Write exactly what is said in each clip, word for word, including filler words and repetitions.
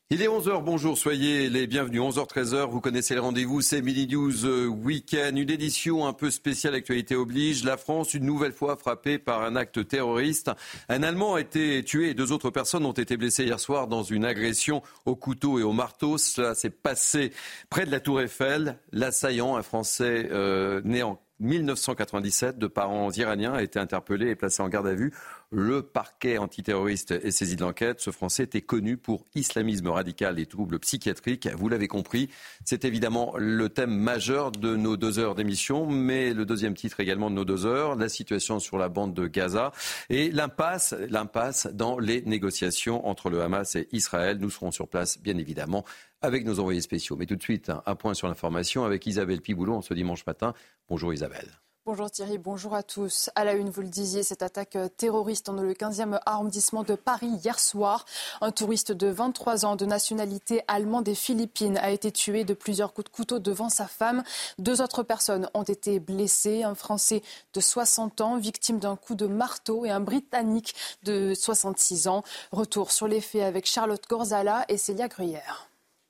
Il est onze heures, bonjour, soyez les bienvenus. onze heures treize heures, vous connaissez le rendez-vous, c'est Midi News Week-end. Une édition un peu spéciale, actualité oblige. La France, une nouvelle fois frappée par un acte terroriste. Un Allemand a été tué et deux autres personnes ont été blessées hier soir dans une agression au couteau et au marteau. Cela s'est passé près de la Tour Eiffel. L'assaillant, un Français euh, né en mille neuf cent quatre-vingt-dix-sept, de parents iraniens, a été interpellé et placé en garde à vue. Le parquet antiterroriste est saisi de l'enquête. Ce Français était connu pour islamisme radical et troubles psychiatriques. Vous l'avez compris, c'est évidemment le thème majeur de nos deux heures d'émission, mais le deuxième titre également de nos deux heures, la situation sur la bande de Gaza et l'impasse, l'impasse dans les négociations entre le Hamas et Israël. Nous serons sur place, bien évidemment, avec nos envoyés spéciaux. Mais tout de suite, un point sur l'information avec Isabelle Piboulot en ce dimanche matin. Bonjour Isabelle. Bonjour Thierry, bonjour à tous. À la une, vous le disiez, cette attaque terroriste dans le quinzième arrondissement de Paris hier soir. Un touriste de vingt-trois ans de nationalité allemande et philippine a été tué de plusieurs coups de couteau devant sa femme. Deux autres personnes ont été blessées. Un Français de soixante ans, victime d'un coup de marteau, et un Britannique de soixante-six ans. Retour sur les faits avec Charlotte Gorzala et Célia Gruyère.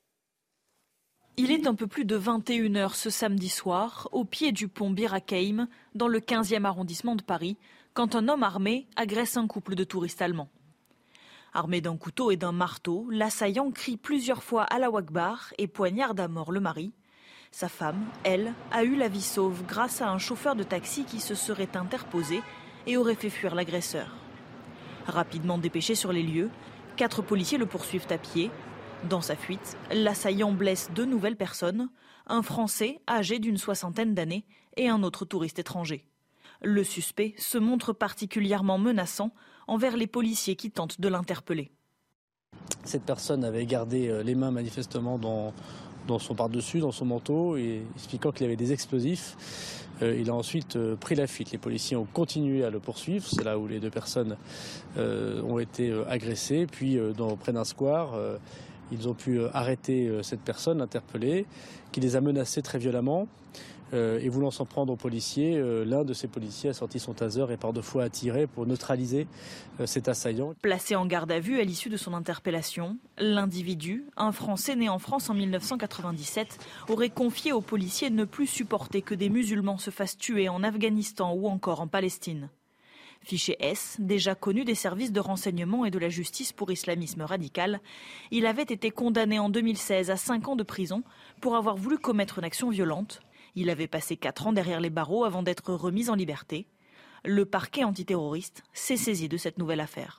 Il est un peu plus de vingt et une heures ce samedi soir, au pied du pont Bir Hakeim, dans le quinzième arrondissement de Paris, quand un homme armé agresse un couple de touristes allemands. Armé d'un couteau et d'un marteau, l'assaillant crie plusieurs fois Allahu Akbar et poignarde à mort le mari. Sa femme, elle, a eu la vie sauve grâce à un chauffeur de taxi qui se serait interposé et aurait fait fuir l'agresseur. Rapidement dépêché sur les lieux, quatre policiers le poursuivent à pied. Dans sa fuite, l'assaillant blesse deux nouvelles personnes, un Français âgé d'une soixantaine d'années et un autre touriste étranger. Le suspect se montre particulièrement menaçant envers les policiers qui tentent de l'interpeller. Cette personne avait gardé les mains manifestement dans, dans son par-dessus, dans son manteau, et expliquant qu'il avait des explosifs. Euh, il a ensuite euh, pris la fuite. Les policiers ont continué à le poursuivre. C'est là où les deux personnes euh, ont été euh, agressées. Puis euh, dans, près d'un square, euh, ils ont pu euh, arrêter euh, cette personne, l'interpeller, qui les a menacés très violemment. Euh, et voulant s'en prendre aux policiers, euh, l'un de ces policiers a sorti son taser et par deux fois a tiré pour neutraliser euh, cet assaillant. Placé en garde à vue à l'issue de son interpellation, l'individu, un Français né en France en mille neuf cent quatre-vingt-dix-sept, aurait confié aux policiers ne plus supporter que des musulmans se fassent tuer en Afghanistan ou encore en Palestine. Fiché S, déjà connu des services de renseignement et de la justice pour islamisme radical, il avait été condamné en deux mille seize à cinq ans de prison pour avoir voulu commettre une action violente. Il avait passé quatre ans derrière les barreaux avant d'être remis en liberté. Le parquet antiterroriste s'est saisi de cette nouvelle affaire.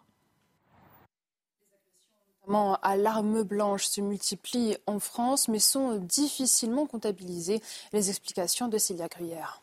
Les agressions à l'arme blanche se multiplient en France, mais sont difficilement comptabilisées. Les explications de Célia Gruyère.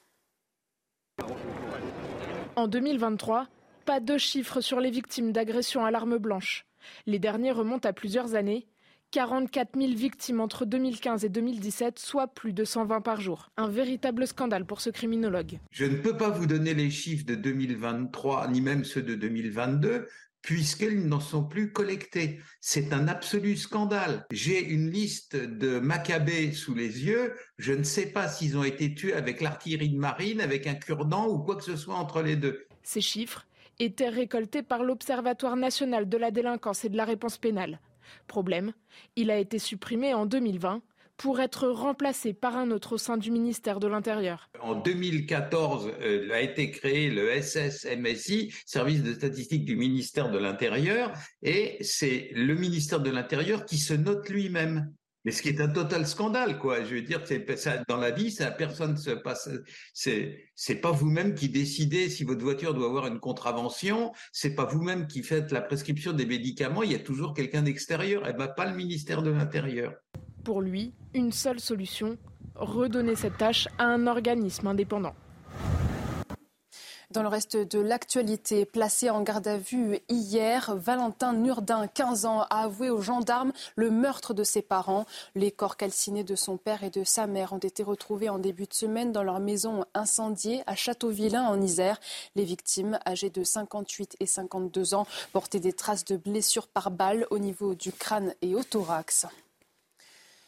En deux mille vingt-trois, pas de chiffres sur les victimes d'agressions à l'arme blanche. Les derniers remontent à plusieurs années. quarante-quatre mille victimes entre deux mille quinze et deux mille dix-sept, soit plus de cent vingt par jour. Un véritable scandale pour ce criminologue. Je ne peux pas vous donner les chiffres de deux mille vingt-trois, ni même ceux de deux mille vingt-deux, puisqu'ils n'en sont plus collectés. C'est un absolu scandale. J'ai une liste de Maccabées sous les yeux. Je ne sais pas s'ils ont été tués avec l'artillerie de marine, avec un cure-dent ou quoi que ce soit entre les deux. Ces chiffres étaient récoltés par l'Observatoire national de la délinquance et de la réponse pénale. Problème, il a été supprimé en deux mille vingt pour être remplacé par un autre au sein du ministère de l'Intérieur. En deux mille quatorze, euh, a été créé le S S M S I, Service de statistique du ministère de l'Intérieur, et c'est le ministère de l'Intérieur qui se note lui-même. Mais ce qui est un total scandale, quoi. Je veux dire, c'est, ça, dans la vie, ça, personne se passe. C'est, c'est pas vous-même qui décidez si votre voiture doit avoir une contravention. C'est pas vous-même qui faites la prescription des médicaments. Il y a toujours quelqu'un d'extérieur. Et ben, pas le ministère de l'Intérieur. Pour lui, une seule solution, redonner cette tâche à un organisme indépendant. Dans le reste de l'actualité, placé en garde à vue hier, Valentin Nurdin, quinze ans, a avoué aux gendarmes le meurtre de ses parents. Les corps calcinés de son père et de sa mère ont été retrouvés en début de semaine dans leur maison incendiée à Châteauvillain en Isère. Les victimes, âgées de cinquante-huit et cinquante-deux ans, portaient des traces de blessures par balle au niveau du crâne et au thorax.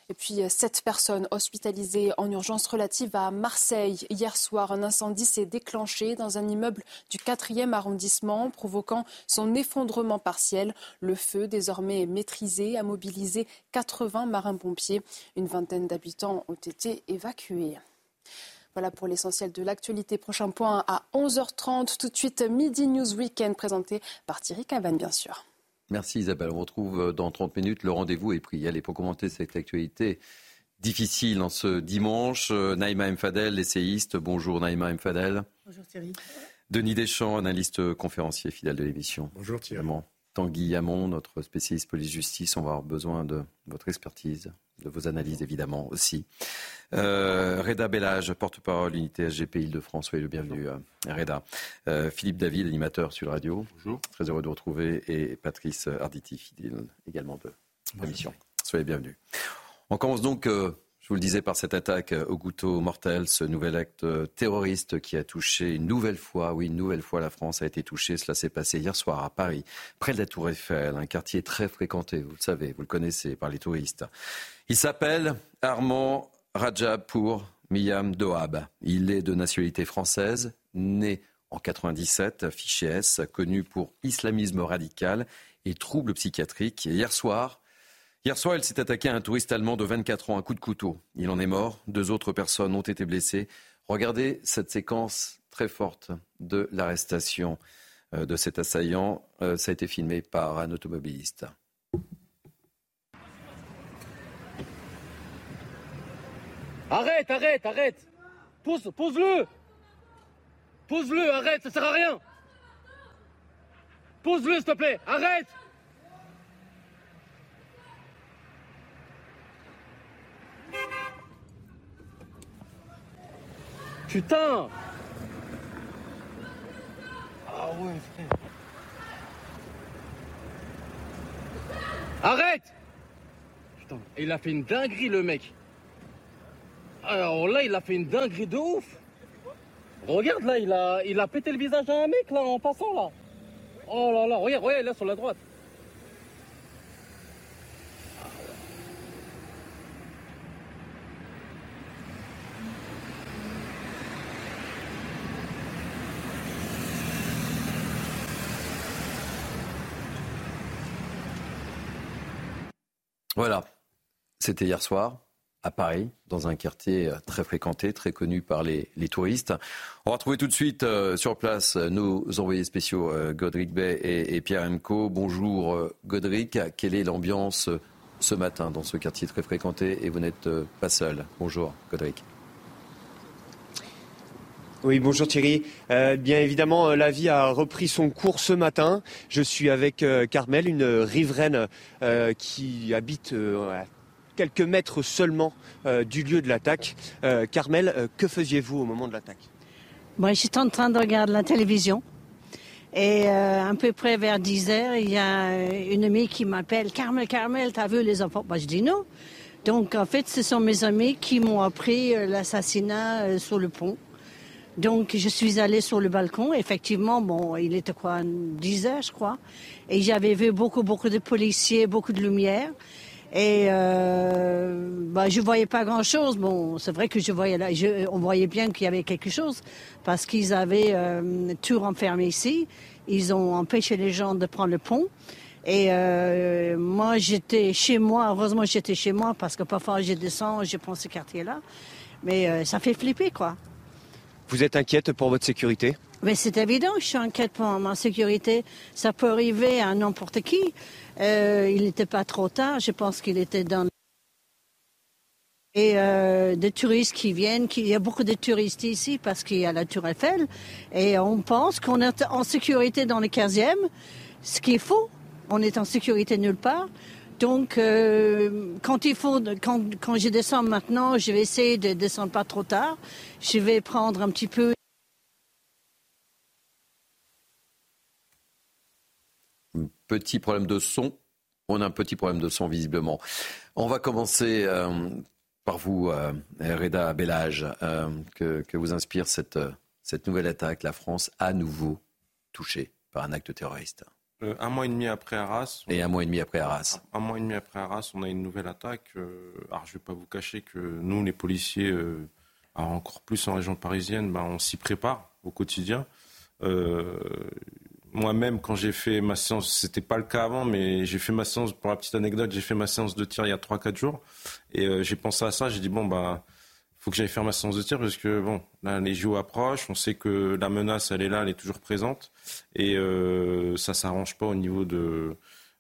Et puis, sept personnes hospitalisées en urgence relative à Marseille. Hier soir, un incendie s'est déclenché dans un immeuble du quatrième arrondissement, provoquant son effondrement partiel. Le feu, désormais maîtrisé, a mobilisé quatre-vingts marins-pompiers. Une vingtaine d'habitants ont été évacués. Voilà pour l'essentiel de l'actualité. Prochain point à onze heures trente. Tout de suite, Midi News Weekend présenté par Thierry Caban, bien sûr. Merci Isabelle. On retrouve dans trente minutes. Le rendez-vous est pris. Allez, pour commenter cette actualité difficile en ce dimanche, Naïma M. Fadel, essayiste. Bonjour Naïma M. Fadel. Bonjour Thierry. Denis Deschamps, analyste conférencier fidèle de l'émission. Bonjour Thierry. Également Tanguy Hamon, notre spécialiste police-justice. On va avoir besoin de votre expertise, de vos analyses évidemment aussi. Euh, Reda Bellage, porte-parole unité S G P Île-de-France. Soyez le bienvenu, euh, Reda. Euh, Philippe David, animateur sur Radio. Bonjour. Très heureux de vous retrouver. Et Patrice Arditi, fidèle également de l'émission. Soyez bienvenus. On commence donc, euh, je vous le disais, par cette attaque au couteau mortel, ce nouvel acte terroriste qui a touché une nouvelle fois, oui, une nouvelle fois la France a été touchée. Cela s'est passé hier soir à Paris, près de la Tour Eiffel, un quartier très fréquenté, vous le savez, vous le connaissez, par les touristes. Il s'appelle Armand Rajapour Miyam Doab. Il est de nationalité française, né en quatre-vingt-dix-sept, fiché S, connu pour islamisme radical et troubles psychiatriques. Et hier soir, hier soir, il s'est attaqué à un touriste allemand de vingt-quatre ans, un coup de couteau. Il en est mort. Deux autres personnes ont été blessées. Regardez cette séquence très forte de l'arrestation de cet assaillant. Ça a été filmé par un automobiliste. Arrête, arrête, arrête. Pose, pose-le. Pose-le, arrête, ça sert à rien. Pose-le, s'il te plaît, arrête. Putain. Ah ouais, frère. Arrête. Putain, il a fait une dinguerie, le mec. Alors là, il a fait une dinguerie de ouf. Regarde là, il a, il a pété le visage à un mec là en passant là. Oh là là, regarde, regarde là sur la droite. Voilà, c'était hier soir. À Paris, dans un quartier très fréquenté, très connu par les, les touristes. On va retrouver tout de suite euh, sur place nos envoyés spéciaux euh, Godric Bay et, et Pierre Emco. Bonjour euh, Godric, quelle est l'ambiance euh, ce matin dans ce quartier très fréquenté et vous n'êtes euh, pas seul. Bonjour Godric. Oui, bonjour Thierry. Euh, bien évidemment, la vie a repris son cours ce matin. Je suis avec euh, Carmel, une riveraine euh, qui habite euh, à quelques mètres seulement euh, du lieu de l'attaque. Euh, Carmel, euh, que faisiez-vous au moment de l'attaque ? Moi, j'étais en train de regarder la télévision. Et euh, à peu près vers dix heures, il y a une amie qui m'appelle. « Carmel, Carmel, t'as vu les enfants ?» Bah, je dis non. Donc, en fait, ce sont mes amis qui m'ont appris euh, l'assassinat euh, sur le pont. Donc, je suis allée sur le balcon. Effectivement, bon, il était quoi, dix heures, je crois. Et j'avais vu beaucoup, beaucoup de policiers, beaucoup de lumière. Et euh, bah, je voyais pas grand-chose. Bon, c'est vrai que je voyais là, je, on voyait bien qu'il y avait quelque chose parce qu'ils avaient euh, tout renfermé ici. Ils ont empêché les gens de prendre le pont. Et euh, moi, j'étais chez moi. Heureusement, j'étais chez moi parce que parfois, je descends, je prends ce quartier-là. Mais euh, ça fait flipper, quoi. Vous êtes inquiète pour votre sécurité ? Mais c'est évident, je suis inquiète pour ma sécurité. Ça peut arriver à n'importe qui. Euh, il n'était pas trop tard, je pense qu'il était dans... Et euh, des touristes qui viennent, qui... il y a beaucoup de touristes ici parce qu'il y a la Tour Eiffel. Et on pense qu'on est en sécurité dans le quinzième, ce qui est faux. On est en sécurité nulle part. Donc, euh, quand il faut, quand, quand je descends maintenant, je vais essayer de descendre pas trop tard. Je vais prendre un petit peu... Petit problème de son. On a un petit problème de son, visiblement. On va commencer euh, par vous, euh, Reda Bellage. Euh, que, que vous inspire cette, cette nouvelle attaque. La France, à nouveau touchée par un acte terroriste. Euh, un mois et demi après Arras. Et un mois et demi après Arras. Un, un mois et demi après Arras, on a une nouvelle attaque. Euh, alors, je ne vais pas vous cacher que nous, les policiers, euh, alors encore plus en région parisienne, ben, on s'y prépare au quotidien. Euh, moi-même, quand j'ai fait ma séance, c'était pas le cas avant, mais j'ai fait ma séance, pour la petite anecdote, j'ai fait ma séance de tir il y a trois quatre jours. Et euh, j'ai pensé à ça, j'ai dit, bon, bah, faut que j'aille faire ma séance de tir parce que, bon, là, les J O approchent, on sait que la menace, elle est là, elle est toujours présente. Et euh, ça ne s'arrange pas au niveau de,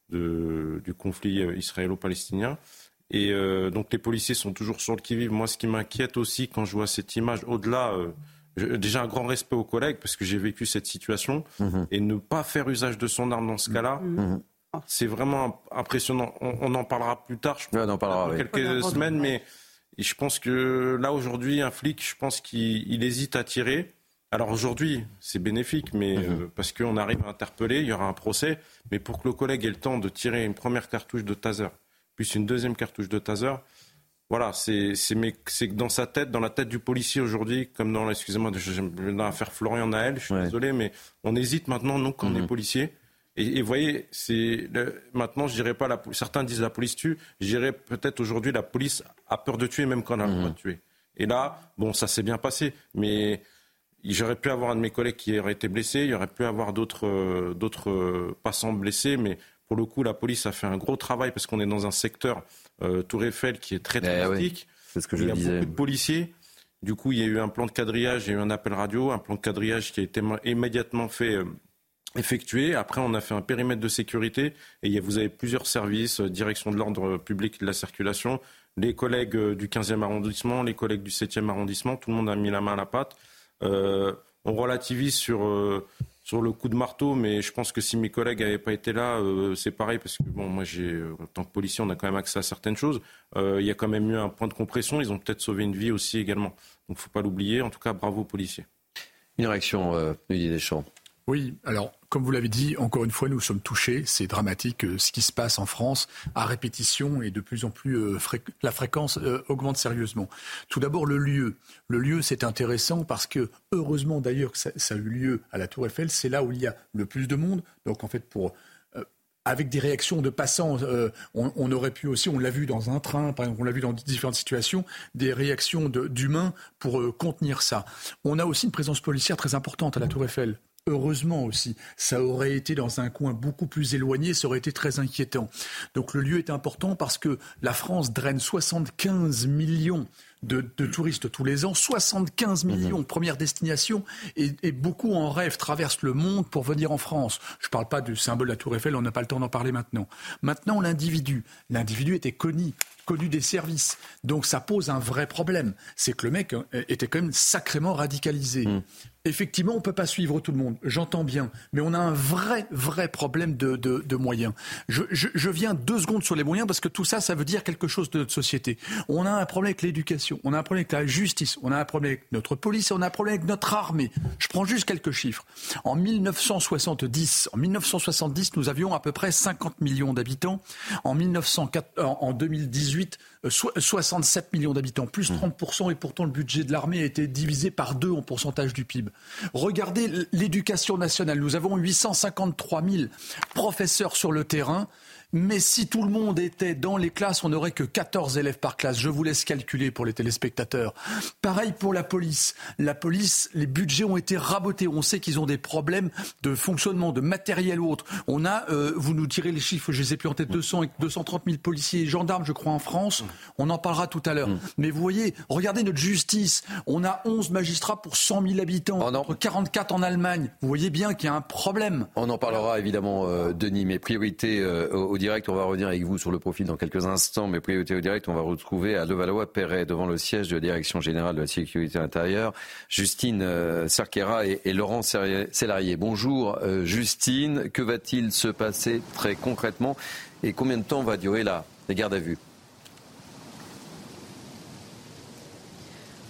de, du conflit israélo-palestinien. Et euh, donc, les policiers sont toujours sur le qui-vive. Moi, ce qui m'inquiète aussi quand je vois cette image, au-delà, euh, je, déjà un grand respect aux collègues parce que j'ai vécu cette situation. Mmh. Et ne pas faire usage de son arme dans ce cas-là, mmh. c'est vraiment impressionnant. On, on en parlera plus tard, je pense, ouais, on en parlera, dans quelques ouais. semaines, mais... Et je pense que là, aujourd'hui, un flic, je pense qu'il il hésite à tirer. Alors aujourd'hui, c'est bénéfique, mais mmh. euh, parce qu'on arrive à interpeller, il y aura un procès. Mais pour que le collègue ait le temps de tirer une première cartouche de taser, puis une deuxième cartouche de taser, voilà, c'est, c'est, mais, c'est dans sa tête, dans la tête du policier aujourd'hui, comme dans, excusez-moi, dans l'affaire Florian Naël, je suis ouais. désolé, mais on hésite maintenant, nous, quand mmh. on est policier. Et vous voyez, c'est le, maintenant, je dirais pas la certains disent la police tue, je dirais peut-être aujourd'hui la police a peur de tuer même quand elle a le droit de tuer. Et là, bon, ça s'est bien passé, mais j'aurais pu avoir un de mes collègues qui aurait été blessé, il y aurait pu avoir d'autres euh, d'autres euh, passants blessés, mais pour le coup, la police a fait un gros travail parce qu'on est dans un secteur euh, Tour Eiffel qui est très touristique. Oui, c'est ce que je il y a disais. Beaucoup de policiers. Du coup, il y a eu un plan de quadrillage, il y a eu un appel radio, un plan de quadrillage qui a été immédiatement fait. Euh, effectué. Après, on a fait un périmètre de sécurité et vous avez plusieurs services, direction de l'ordre public et de la circulation, les collègues du quinzième arrondissement, les collègues du septième arrondissement, tout le monde a mis la main à la pâte. Euh, on relativise sur, euh, sur le coup de marteau, mais je pense que si mes collègues n'avaient pas été là, euh, c'est pareil, parce que bon, moi, j'ai, en tant que policier, on a quand même accès à certaines choses. Euh, il y a quand même eu un point de compression, ils ont peut-être sauvé une vie aussi également. Donc, il ne faut pas l'oublier. En tout cas, bravo aux policiers. Une réaction, euh, Didier Deschamps. Oui, alors, comme vous l'avez dit, encore une fois, nous sommes touchés. C'est dramatique euh, ce qui se passe en France à répétition et de plus en plus, euh, fré- la fréquence euh, augmente sérieusement. Tout d'abord, le lieu. Le lieu, c'est intéressant parce que, heureusement d'ailleurs que ça, ça a eu lieu à la Tour Eiffel, c'est là où il y a le plus de monde. Donc, en fait, pour... Euh, avec des réactions de passants, euh, on, on aurait pu aussi, on l'a vu dans un train, par exemple, on l'a vu dans différentes situations, des réactions de, d'humains pour euh, contenir ça. On a aussi une présence policière très importante à la Tour Eiffel. Heureusement aussi, ça aurait été dans un coin beaucoup plus éloigné, ça aurait été très inquiétant. Donc le lieu est important parce que la France draine soixante-quinze millions de, de touristes tous les ans, soixante-quinze millions, première destination, et, et beaucoup en rêve traversent le monde pour venir en France. Je ne parle pas du symbole de la Tour Eiffel, on n'a pas le temps d'en parler maintenant. Maintenant, l'individu. L'individu était connu. connu des services. Donc ça pose un vrai problème. C'est que le mec était quand même sacrément radicalisé. Mmh. Effectivement, on ne peut pas suivre tout le monde, j'entends bien, mais on a un vrai, vrai problème de, de, de moyens. Je, je, je viens deux secondes sur les moyens parce que tout ça, ça veut dire quelque chose de notre société. On a un problème avec l'éducation, on a un problème avec la justice, on a un problème avec notre police et on a un problème avec notre armée. Je prends juste quelques chiffres. En dix-neuf cent soixante-dix, en dix-neuf cent soixante-dix, nous avions à peu près cinquante millions d'habitants. En, mille neuf cent quatre, en deux mille dix-huit, soixante-sept millions d'habitants, plus trente pour cent, et pourtant le budget de l'armée a été divisé par deux en pourcentage du P I B. Regardez l'éducation nationale, nous avons huit cent cinquante-trois mille professeurs sur le terrain, mais si tout le monde était dans les classes, on n'aurait que quatorze élèves par classe. Je vous laisse calculer pour les téléspectateurs. Pareil pour la police. La police, les budgets ont été rabotés. On sait qu'ils ont des problèmes de fonctionnement, de matériel ou autre. On a, euh, vous nous tirez les chiffres, je les ai plus en tête, deux cents, deux cent trente mille policiers et gendarmes, je crois, en France. On en parlera tout à l'heure. Mmh. Mais vous voyez, regardez notre justice. On a onze magistrats pour cent mille habitants, oh entre quarante-quatre en Allemagne. Vous voyez bien qu'il y a un problème. On en parlera évidemment, euh, Denis, mais priorité euh, au direct, on va revenir avec vous sur le profil dans quelques instants, mais priorité au direct, on va retrouver à Levallois-Perret, devant le siège de la Direction Générale de la Sécurité Intérieure, Justine euh, Cerquera et, et Laurent Sélarié. Bonjour euh, Justine, que va-t-il se passer très concrètement et combien de temps va durer la, la garde à vue ?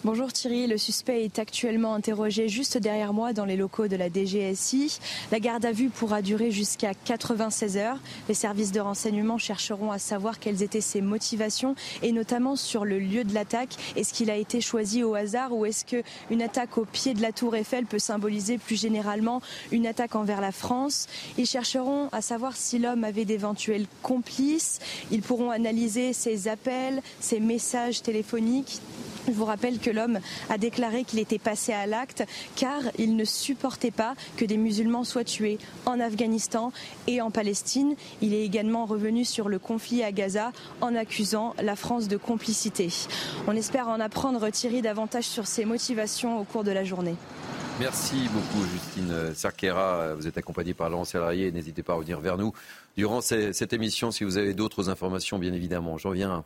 Bonjour Thierry, le suspect est actuellement interrogé juste derrière moi dans les locaux de la D G S I. La garde à vue pourra durer jusqu'à quatre-vingt-seize heures. Les services de renseignement chercheront à savoir quelles étaient ses motivations et notamment sur le lieu de l'attaque. Est-ce qu'il a été choisi au hasard ou est-ce qu'une attaque au pied de la Tour Eiffel peut symboliser plus généralement une attaque envers la France? Ils chercheront à savoir si l'homme avait d'éventuels complices. Ils pourront analyser ses appels, ses messages téléphoniques. Je vous rappelle que l'homme a déclaré qu'il était passé à l'acte car il ne supportait pas que des musulmans soient tués en Afghanistan et en Palestine. Il est également revenu sur le conflit à Gaza en accusant la France de complicité. On espère en apprendre, Thierry, davantage sur ses motivations au cours de la journée. Merci beaucoup Justine Cerqueira. Vous êtes accompagnée par Laurent Sélarié. N'hésitez pas à revenir vers nous durant cette émission si vous avez d'autres informations, bien évidemment. J'en viens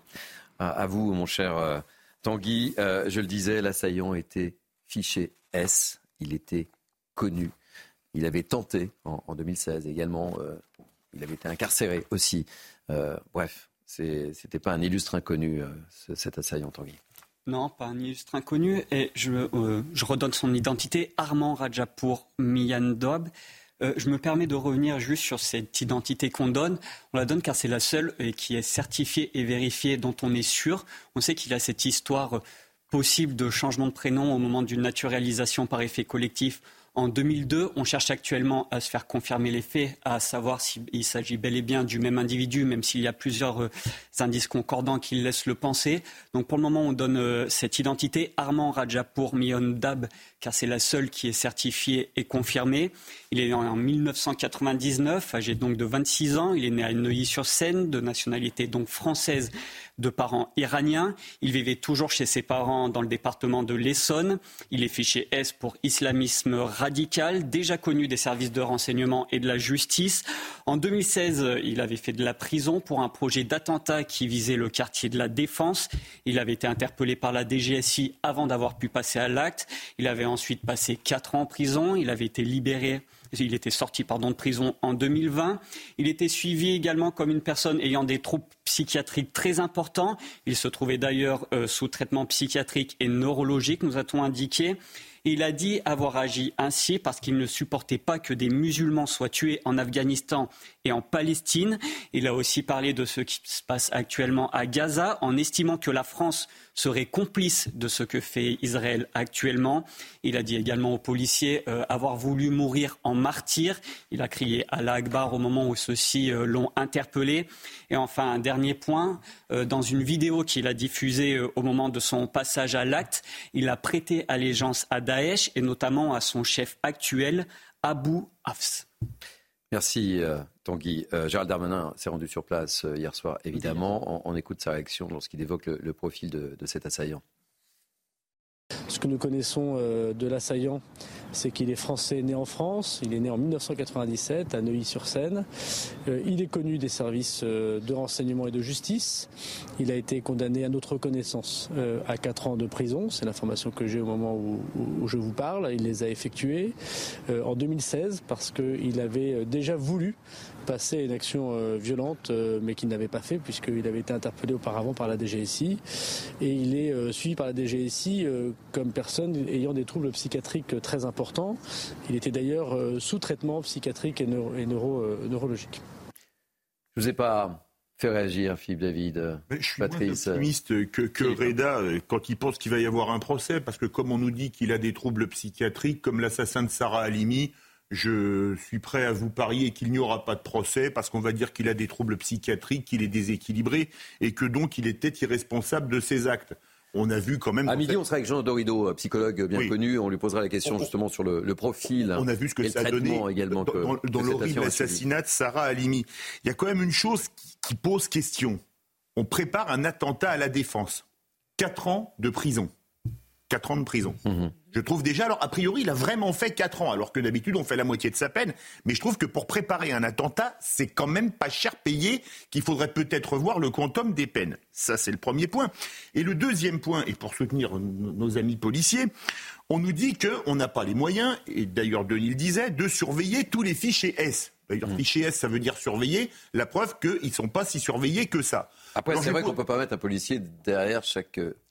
à vous, mon cher Tanguy. Euh, je le disais, l'assaillant était fiché S. Il était connu. Il avait tenté en, en deux mille seize également. Euh, il avait été incarcéré aussi. Euh, bref, c'est, c'était pas un illustre inconnu, euh, cet assaillant, Tanguy. Non, pas un illustre inconnu. Et je, euh, je redonne son identité, Armand Rajapour Miyandob. Euh, je me permets de revenir juste sur cette identité qu'on donne. On la donne car c'est la seule euh, qui est certifiée et vérifiée, dont on est sûr. On sait qu'il a cette histoire euh, possible de changement de prénom au moment d'une naturalisation par effet collectif. En deux mille deux, on cherche actuellement à se faire confirmer les faits, à savoir s'il s'agit bel et bien du même individu, même s'il y a plusieurs euh, indices concordants qui laissent le penser. Donc pour le moment, on donne euh, cette identité, Armand Rajapour Miyandob, car c'est la seule qui est certifiée et confirmée. Il est né en dix-neuf cent quatre-vingt-dix-neuf, âgé donc de vingt-six ans. Il est né à Neuilly-sur-Seine, de nationalité donc française, de parents iraniens. Il vivait toujours chez ses parents dans le département de l'Essonne. Il est fiché S pour islamisme radical, déjà connu des services de renseignement et de la justice. En deux mille seize, il avait fait de la prison pour un projet d'attentat qui visait le quartier de la Défense. Il avait été interpellé par la D G S I avant d'avoir pu passer à l'acte. Il avait ensuite passé quatre ans en prison. Il avait été libéré. Il était sorti pardon, de prison en deux mille vingt. Il était suivi également comme une personne ayant des troubles psychiatriques très importants. Il se trouvait d'ailleurs euh, sous traitement psychiatrique et neurologique, nous a-t-on indiqué. Et il a dit avoir agi ainsi parce qu'il ne supportait pas que des musulmans soient tués en Afghanistan et en Palestine. Il a aussi parlé de ce qui se passe actuellement à Gaza en estimant que la France serait complice de ce que fait Israël actuellement. Il a dit également aux policiers euh, avoir voulu mourir en martyr. Il a crié Allah Akbar au moment où ceux-ci euh, l'ont interpellé. Et enfin, un dernier point, euh, dans une vidéo qu'il a diffusée euh, au moment de son passage à l'acte, il a prêté allégeance à Daesh et notamment à son chef actuel, Abu Hafs. Merci euh, Tanguy. Euh, Gérald Darmanin s'est rendu sur place euh, hier soir, évidemment. On, on écoute sa réaction lorsqu'il évoque le, le profil de, de cet assaillant. Ce que nous connaissons euh, de l'assaillant, c'est qu'il est français né en France. Il est né en dix-neuf cent quatre-vingt-dix-sept à Neuilly-sur-Seine. Euh, il est connu des services euh, de renseignement et de justice. Il a été condamné à notre connaissance euh, à quatre ans de prison. C'est l'information que j'ai au moment où, où, où je vous parle. Il les a effectués euh, en deux mille seize parce qu'il avait déjà voulu passer à une action euh, violente, euh, mais qu'il n'avait pas fait puisqu'il avait été interpellé auparavant par la D G S I. Et il est euh, suivi par la D G S I euh, comme personne ayant des troubles psychiatriques euh, très importants. Il était d'ailleurs euh, sous traitement psychiatrique et, neuro, et neuro, euh, neurologique. Je ne vous ai pas fait réagir, Philippe David, Mais je suis Patrice. moins optimiste que, que Reda quand il pense qu'il va y avoir un procès, parce que comme on nous dit qu'il a des troubles psychiatriques, comme l'assassin de Sarah Halimi, je suis prêt à vous parier qu'il n'y aura pas de procès parce qu'on va dire qu'il a des troubles psychiatriques, qu'il est déséquilibré et que donc il était irresponsable de ses actes. On a vu quand même... À midi, on sera avec Jean Dorido, psychologue bien oui. connu. On lui posera la question on, justement sur le, le profil. On a vu ce que et ça a donné également dans, que, dans, que dans l'horrible assassinat de Sarah Halimi. Il y a quand même une chose qui, qui pose question. On prépare un attentat à la Défense. Quatre ans de prison. Quatre ans de prison. Mmh. Je trouve déjà, alors a priori, il a vraiment fait quatre ans, alors que d'habitude, on fait la moitié de sa peine. Mais je trouve que pour préparer un attentat, c'est quand même pas cher payé, qu'il faudrait peut-être revoir le quantum des peines. Ça, c'est le premier point. Et le deuxième point, et pour soutenir nos amis policiers, on nous dit qu'on n'a pas les moyens, et d'ailleurs Denis le disait, de surveiller tous les fichiers S. D'ailleurs, mmh. fichier S, ça veut dire surveiller, la preuve qu'ils ne sont pas si surveillés que ça. Après, alors, c'est vrai pour... qu'on ne peut pas mettre un policier derrière chaque...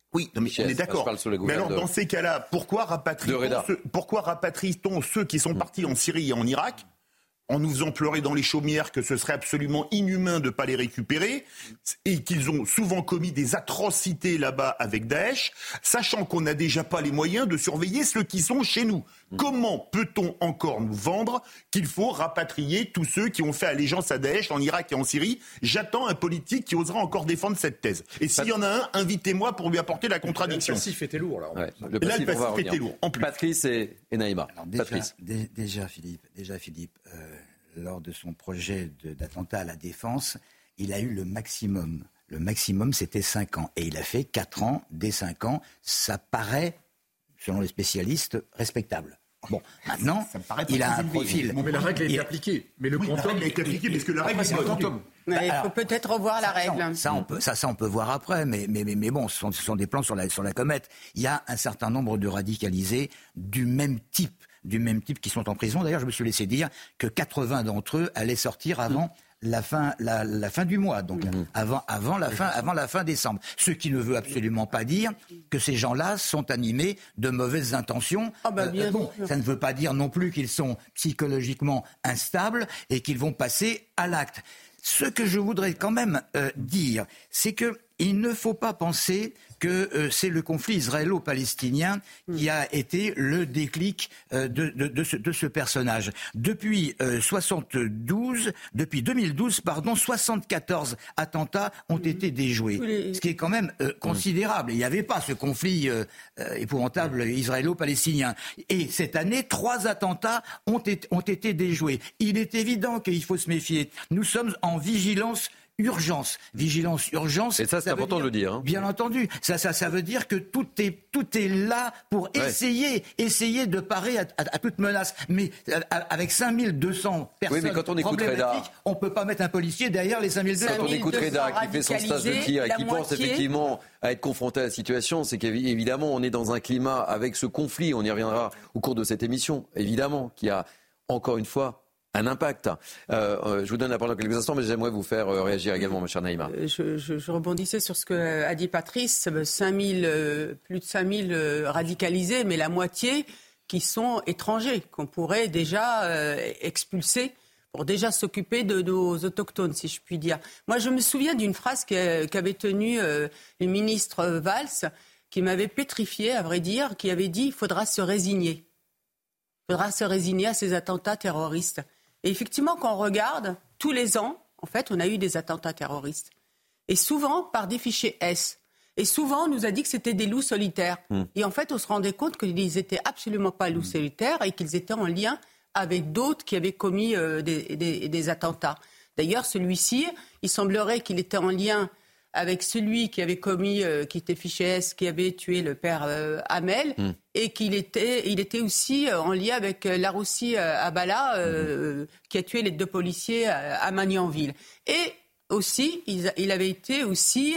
Oui, non, mais Michel, on est d'accord. Mais alors, de... dans ces cas-là, pourquoi rapatrie-t-on ceux, pourquoi rapatrie-t-on ceux qui sont partis en Syrie et en Irak en nous faisant pleurer dans les chaumières que ce serait absolument inhumain de ne pas les récupérer et qu'ils ont souvent commis des atrocités là-bas avec Daesh, sachant qu'on n'a déjà pas les moyens de surveiller ceux qui sont chez nous. Mmh. Comment peut-on encore nous vendre qu'il faut rapatrier tous ceux qui ont fait allégeance à Daesh en Irak et en Syrie ? J'attends un politique qui osera encore défendre cette thèse. Et s'il y en a un, invitez-moi pour lui apporter la contradiction. Le passif était lourd, là. Ouais, le passif, là, le passif était lourd, en plus. Patrice et, et Naïma. Alors, déjà, Patrice. d- déjà, Philippe, déjà, Philippe euh, lors de son projet de, d'attentat à la Défense, il a eu le maximum. Le maximum, c'était cinq ans. Et il a fait quatre ans. Dès cinq ans, ça paraît, selon les spécialistes, respectable. Bon, maintenant, il a un élevé. profil. Bon, mais la règle a été il... appliquée. Mais le oui, quantum a été appliqué parce que la règle, c'est le quantum. Mais il faut peut-être revoir la règle. Ça, ça, on peut, ça, ça, on peut voir après, mais, mais, mais, mais bon, ce sont, ce sont des plans sur la, sur la comète. Il y a un certain nombre de radicalisés du même type, du même type qui sont en prison. D'ailleurs, je me suis laissé dire que quatre-vingts d'entre eux allaient sortir avant mmh. la fin, la, la fin du mois, donc mmh. avant, avant, la fin, avant la fin décembre. Ce qui ne veut absolument pas dire que ces gens-là sont animés de mauvaises intentions. Oh bah bien euh, bon, ça ne veut pas dire non plus qu'ils sont psychologiquement instables et qu'ils vont passer à l'acte. Ce que je voudrais quand même euh, dire, c'est que il ne faut pas penser que euh, c'est le conflit israélo-palestinien qui a été le déclic euh, de, de, de, ce, de ce personnage. Depuis euh, soixante-douze, depuis deux mille douze, pardon, soixante-quatorze attentats ont été déjoués, ce qui est quand même euh, considérable. Il n'y avait pas ce conflit euh, euh, épouvantable israélo-palestinien. Et cette année, trois attentats ont été, ont été déjoués. Il est évident qu'il faut se méfier. Nous sommes en vigilance urgence, vigilance, urgence. Et ça, c'est ça important dire, de le dire. Hein. Bien entendu. Ça, ça, ça veut dire que tout est, tout est là pour ouais. essayer, essayer de parer à, à, à toute menace. Mais avec cinq mille deux cents personnes oui, mais quand on écoute Reda, on peut pas mettre un policier derrière les cinq mille deux cents. Quand on écoute Reda qui fait son stage de tir et qui moitié. pense effectivement à être confronté à la situation, c'est qu'évidemment, on est dans un climat avec ce conflit, on y reviendra au cours de cette émission, évidemment, qui a, encore une fois, un impact. Euh, je vous donne la parole dans quelques instants, mais j'aimerais vous faire réagir également, ma chère Naïma. Je, je, je rebondissais sur ce qu'a dit Patrice, cinq mille, euh, plus de cinq mille euh, radicalisés, mais la moitié qui sont étrangers, qu'on pourrait déjà euh, expulser pour déjà s'occuper de nos autochtones, si je puis dire. Moi, je me souviens d'une phrase qu'avait tenue euh, le ministre Valls, qui m'avait pétrifié, à vrai dire, qui avait dit « il faudra se résigner ». Il faudra se résigner à ces attentats terroristes. Et effectivement, quand on regarde, tous les ans, en fait, on a eu des attentats terroristes. Et souvent, par des fichiers S. Et souvent, on nous a dit que c'était des loups solitaires. Mmh. Et en fait, on se rendait compte qu'ils n'étaient absolument pas loups mmh. solitaires et qu'ils étaient en lien avec d'autres qui avaient commis euh, des, des, des attentats. D'ailleurs, celui-ci, il semblerait qu'il était en lien avec celui qui avait commis, euh, qui était fiché S, qui avait tué le père euh, Hamel, mmh. et qu'il était, il était aussi euh, en lien avec euh, Laroussi euh, Abala, euh, mmh. qui a tué les deux policiers euh, à Magnanville. Et aussi, il, il avait été aussi,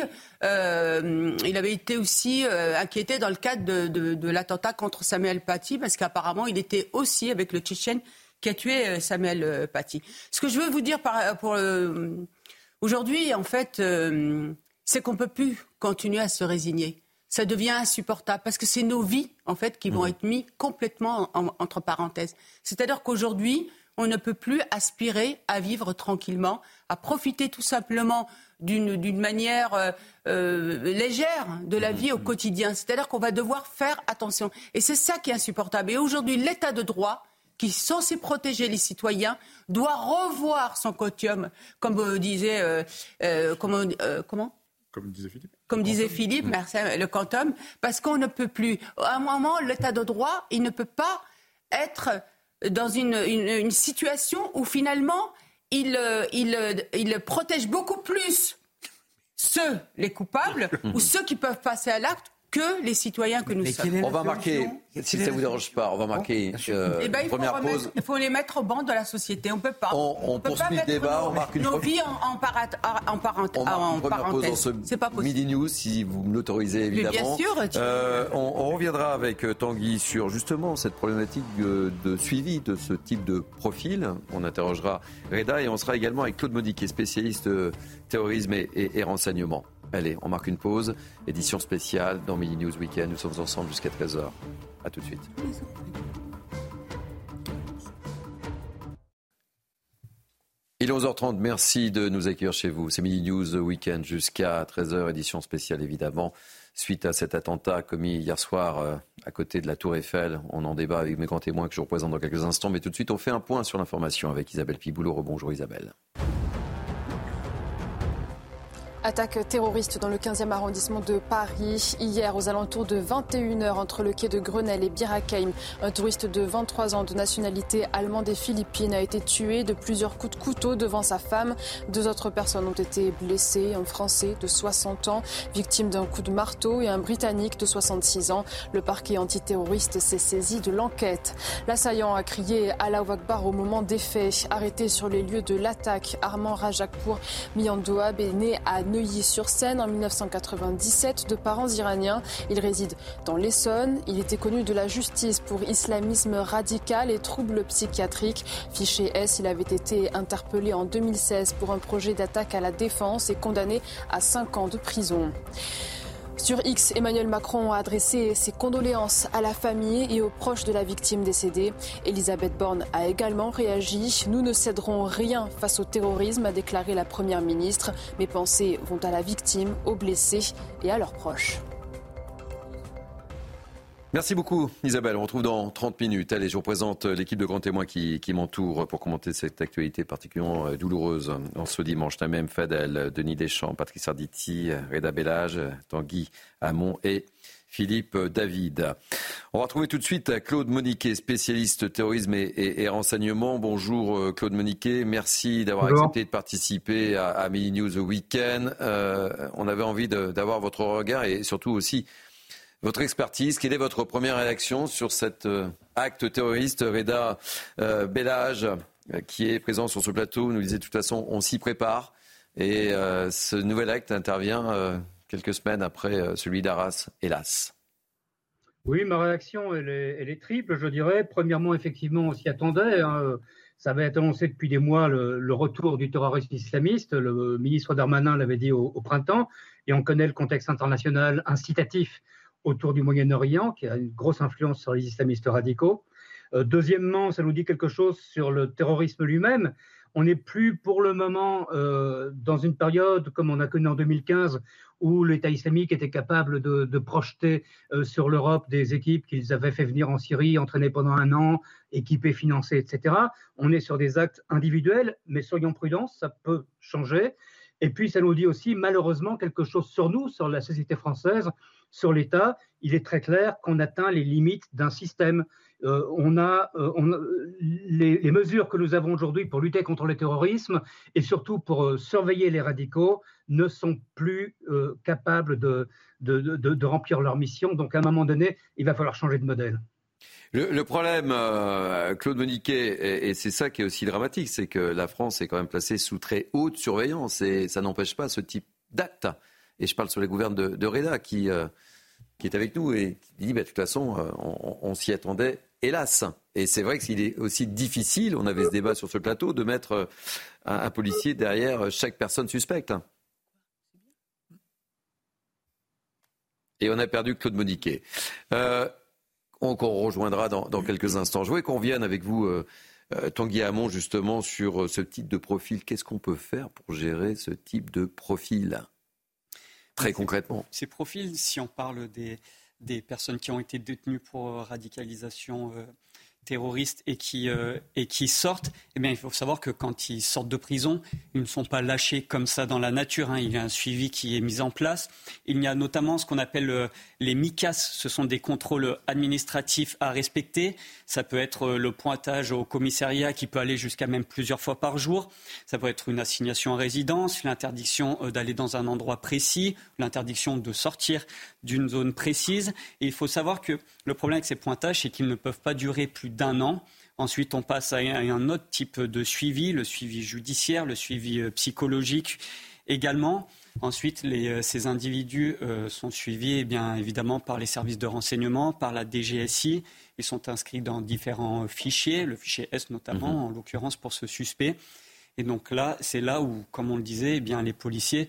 euh, il avait été aussi euh, inquiété dans le cadre de, de, de l'attentat contre Samuel Paty, parce qu'apparemment, il était aussi avec le Tchétchène qui a tué euh, Samuel euh, Paty. Ce que je veux vous dire par, pour euh, aujourd'hui, en fait, euh, c'est qu'on ne peut plus continuer à se résigner. Ça devient insupportable parce que c'est nos vies, en fait, qui vont mmh. être mises complètement en, en, entre parenthèses. C'est-à-dire qu'aujourd'hui, on ne peut plus aspirer à vivre tranquillement, à profiter tout simplement d'une, d'une manière euh, euh, légère de la vie au quotidien. C'est-à-dire qu'on va devoir faire attention. Et c'est ça qui est insupportable. Et aujourd'hui, l'état de droit, qui est censé protéger les citoyens, doit revoir son quotidium, comme euh, disait... Euh, euh, comment, euh, comment Comme disait Philippe. Comme disait Philippe, merci, le quantum, parce qu'on ne peut plus. À un moment, l'état de droit, il ne peut pas être dans une, une, une situation où finalement, il, il, il protège beaucoup plus ceux, les coupables, ou ceux qui peuvent passer à l'acte, que les citoyens que nous Mais sommes. On va marquer, si ça ne vous dérange pas, on va marquer euh, eh ben, une première remettre, pause. Il faut les mettre au banc de la société. On ne peut pas. On, on, on peut poursuit pas le débat, nos, on marque une nos première... vies en, en, parat, en, parent, on marque en une première parenthèse. Pause dans ce C'est pas possible. Midi News, si vous me l'autorisez évidemment. Mais bien sûr. Tu... Euh, on, on reviendra avec Tanguy sur justement cette problématique de, de suivi de ce type de profil. On interrogera Reda et on sera également avec Claude Maudy qui est spécialiste terrorisme et, et, et renseignement. Allez, on marque une pause. Édition spéciale dans Midi News Weekend. Nous sommes ensemble jusqu'à treize heures. A tout de suite. Il est onze heures trente, merci de nous accueillir chez vous. C'est Midi News Weekend jusqu'à treize heures, édition spéciale évidemment. Suite à cet attentat commis hier soir euh, à côté de la Tour Eiffel, on en débat avec mes grands témoins que je représente dans quelques instants. Mais tout de suite, on fait un point sur l'information avec Isabelle Piboulot. Rebonjour Isabelle. Attaque terroriste dans le quinzième arrondissement de Paris. Hier, aux alentours de vingt et une heures, entre le quai de Grenelle et Bir Hakeim, un touriste de vingt-trois ans de nationalité allemande et philippine a été tué de plusieurs coups de couteau devant sa femme. Deux autres personnes ont été blessées, un Français de soixante ans, victime d'un coup de marteau, et un Britannique de soixante-six ans. Le parquet antiterroriste s'est saisi de l'enquête. L'assaillant a crié « Allahu Akbar » au moment des faits. Arrêté sur les lieux de l'attaque, Armand Rajakpour Miandoab est né à Neuilly-sur-Seine en mille neuf cent quatre-vingt-dix-sept de parents iraniens. Il réside dans l'Essonne. Il était connu de la justice pour islamisme radical et troubles psychiatriques. Fiché S, il avait été interpellé en deux mille seize pour un projet d'attaque à la défense et condamné à cinq ans de prison. Sur X, Emmanuel Macron a adressé ses condoléances à la famille et aux proches de la victime décédée. Elisabeth Borne a également réagi. « Nous ne céderons rien face au terrorisme », a déclaré la Première ministre. « Mes pensées vont à la victime, aux blessés et à leurs proches ». Merci beaucoup Isabelle, on retrouve dans trente minutes. Allez, je vous présente l'équipe de grands témoins qui, qui m'entoure pour commenter cette actualité particulièrement douloureuse en ce dimanche. Tamem Fadel, Denis Deschamps, Patrice Arditi, Reda Bellage, Tanguy Hamon et Philippe David. On va retrouver tout de suite Claude Moniquet, spécialiste terrorisme et, et, et renseignement. Bonjour Claude Moniquet, merci d'avoir Bonjour. accepté de participer à, à Midi News Weekend. Euh, on avait envie de, d'avoir votre regard et surtout aussi votre expertise. Quelle est votre première réaction sur cet euh, acte terroriste? Reda euh, Bellage, euh, qui est présent sur ce plateau, nous disait de toute façon on s'y prépare. Et euh, ce nouvel acte intervient euh, quelques semaines après euh, celui d'Arras, hélas. Oui, ma réaction, elle est, elle est triple, je dirais. Premièrement, effectivement, on s'y attendait. Hein. Ça avait été annoncé depuis des mois le, le retour du terrorisme islamiste. Le ministre Darmanin l'avait dit au, au printemps. Et on connaît le contexte international incitatif autour du Moyen-Orient, qui a une grosse influence sur les islamistes radicaux. Euh, deuxièmement, ça nous dit quelque chose sur le terrorisme lui-même. On n'est plus pour le moment euh, dans une période comme on a connu en deux mille quinze, où l'État islamique était capable de, de projeter euh, sur l'Europe des équipes qu'ils avaient fait venir en Syrie, entraîner pendant un an, équipées, financées, et cetera. On est sur des actes individuels, mais soyons prudents, ça peut changer. Et puis, ça nous dit aussi, malheureusement, quelque chose sur nous, sur la société française, sur l'État. Il est très clair qu'on atteint les limites d'un système. Euh, on a, euh, on a les, les mesures que nous avons aujourd'hui pour lutter contre le terrorisme et surtout pour euh, surveiller les radicaux ne sont plus euh, capables de, de, de, de remplir leur mission. Donc, à un moment donné, il va falloir changer de modèle. Le, le problème, euh, Claude Moniquet, et, et c'est ça qui est aussi dramatique, c'est que la France est quand même placée sous très haute surveillance et ça n'empêche pas ce type d'acte. Et je parle sur les gouvernes de, de Reda qui, euh, qui est avec nous et qui dit bah, de toute façon, euh, on, on s'y attendait, hélas. Et c'est vrai qu'il est aussi difficile, on avait ce débat sur ce plateau, de mettre un, un policier derrière chaque personne suspecte. Et on a perdu Claude Moniquet. Euh, On, on rejoindra dans, dans quelques instants. Je voudrais qu'on revienne avec vous, euh, euh, Tanguy Hamon, justement, sur ce type de profil. Qu'est-ce qu'on peut faire pour gérer ce type de profil, très ces, concrètement? Ces profils, si on parle des, des personnes qui ont été détenues pour radicalisation euh, terroristes et qui, euh, et qui sortent, eh bien, il faut savoir que quand ils sortent de prison, ils ne sont pas lâchés comme ça dans la nature. Hein. Il y a un suivi qui est mis en place. Il y a notamment ce qu'on appelle euh, les MICAS. Ce sont des contrôles administratifs à respecter. Ça peut être euh, le pointage au commissariat qui peut aller jusqu'à même plusieurs fois par jour. Ça peut être une assignation à résidence, l'interdiction euh, d'aller dans un endroit précis, l'interdiction de sortir d'une zone précise. Et il faut savoir que le problème avec ces pointages, c'est qu'ils ne peuvent pas durer plus d'un an. Ensuite, on passe à un autre type de suivi, le suivi judiciaire, le suivi psychologique également. Ensuite, les, ces individus euh, sont suivis eh bien, évidemment par les services de renseignement, par la D G S I. Ils sont inscrits dans différents fichiers, le fichier S notamment, mmh. en l'occurrence pour ce suspect. Et donc là, c'est là où, comme on le disait, eh bien, les policiers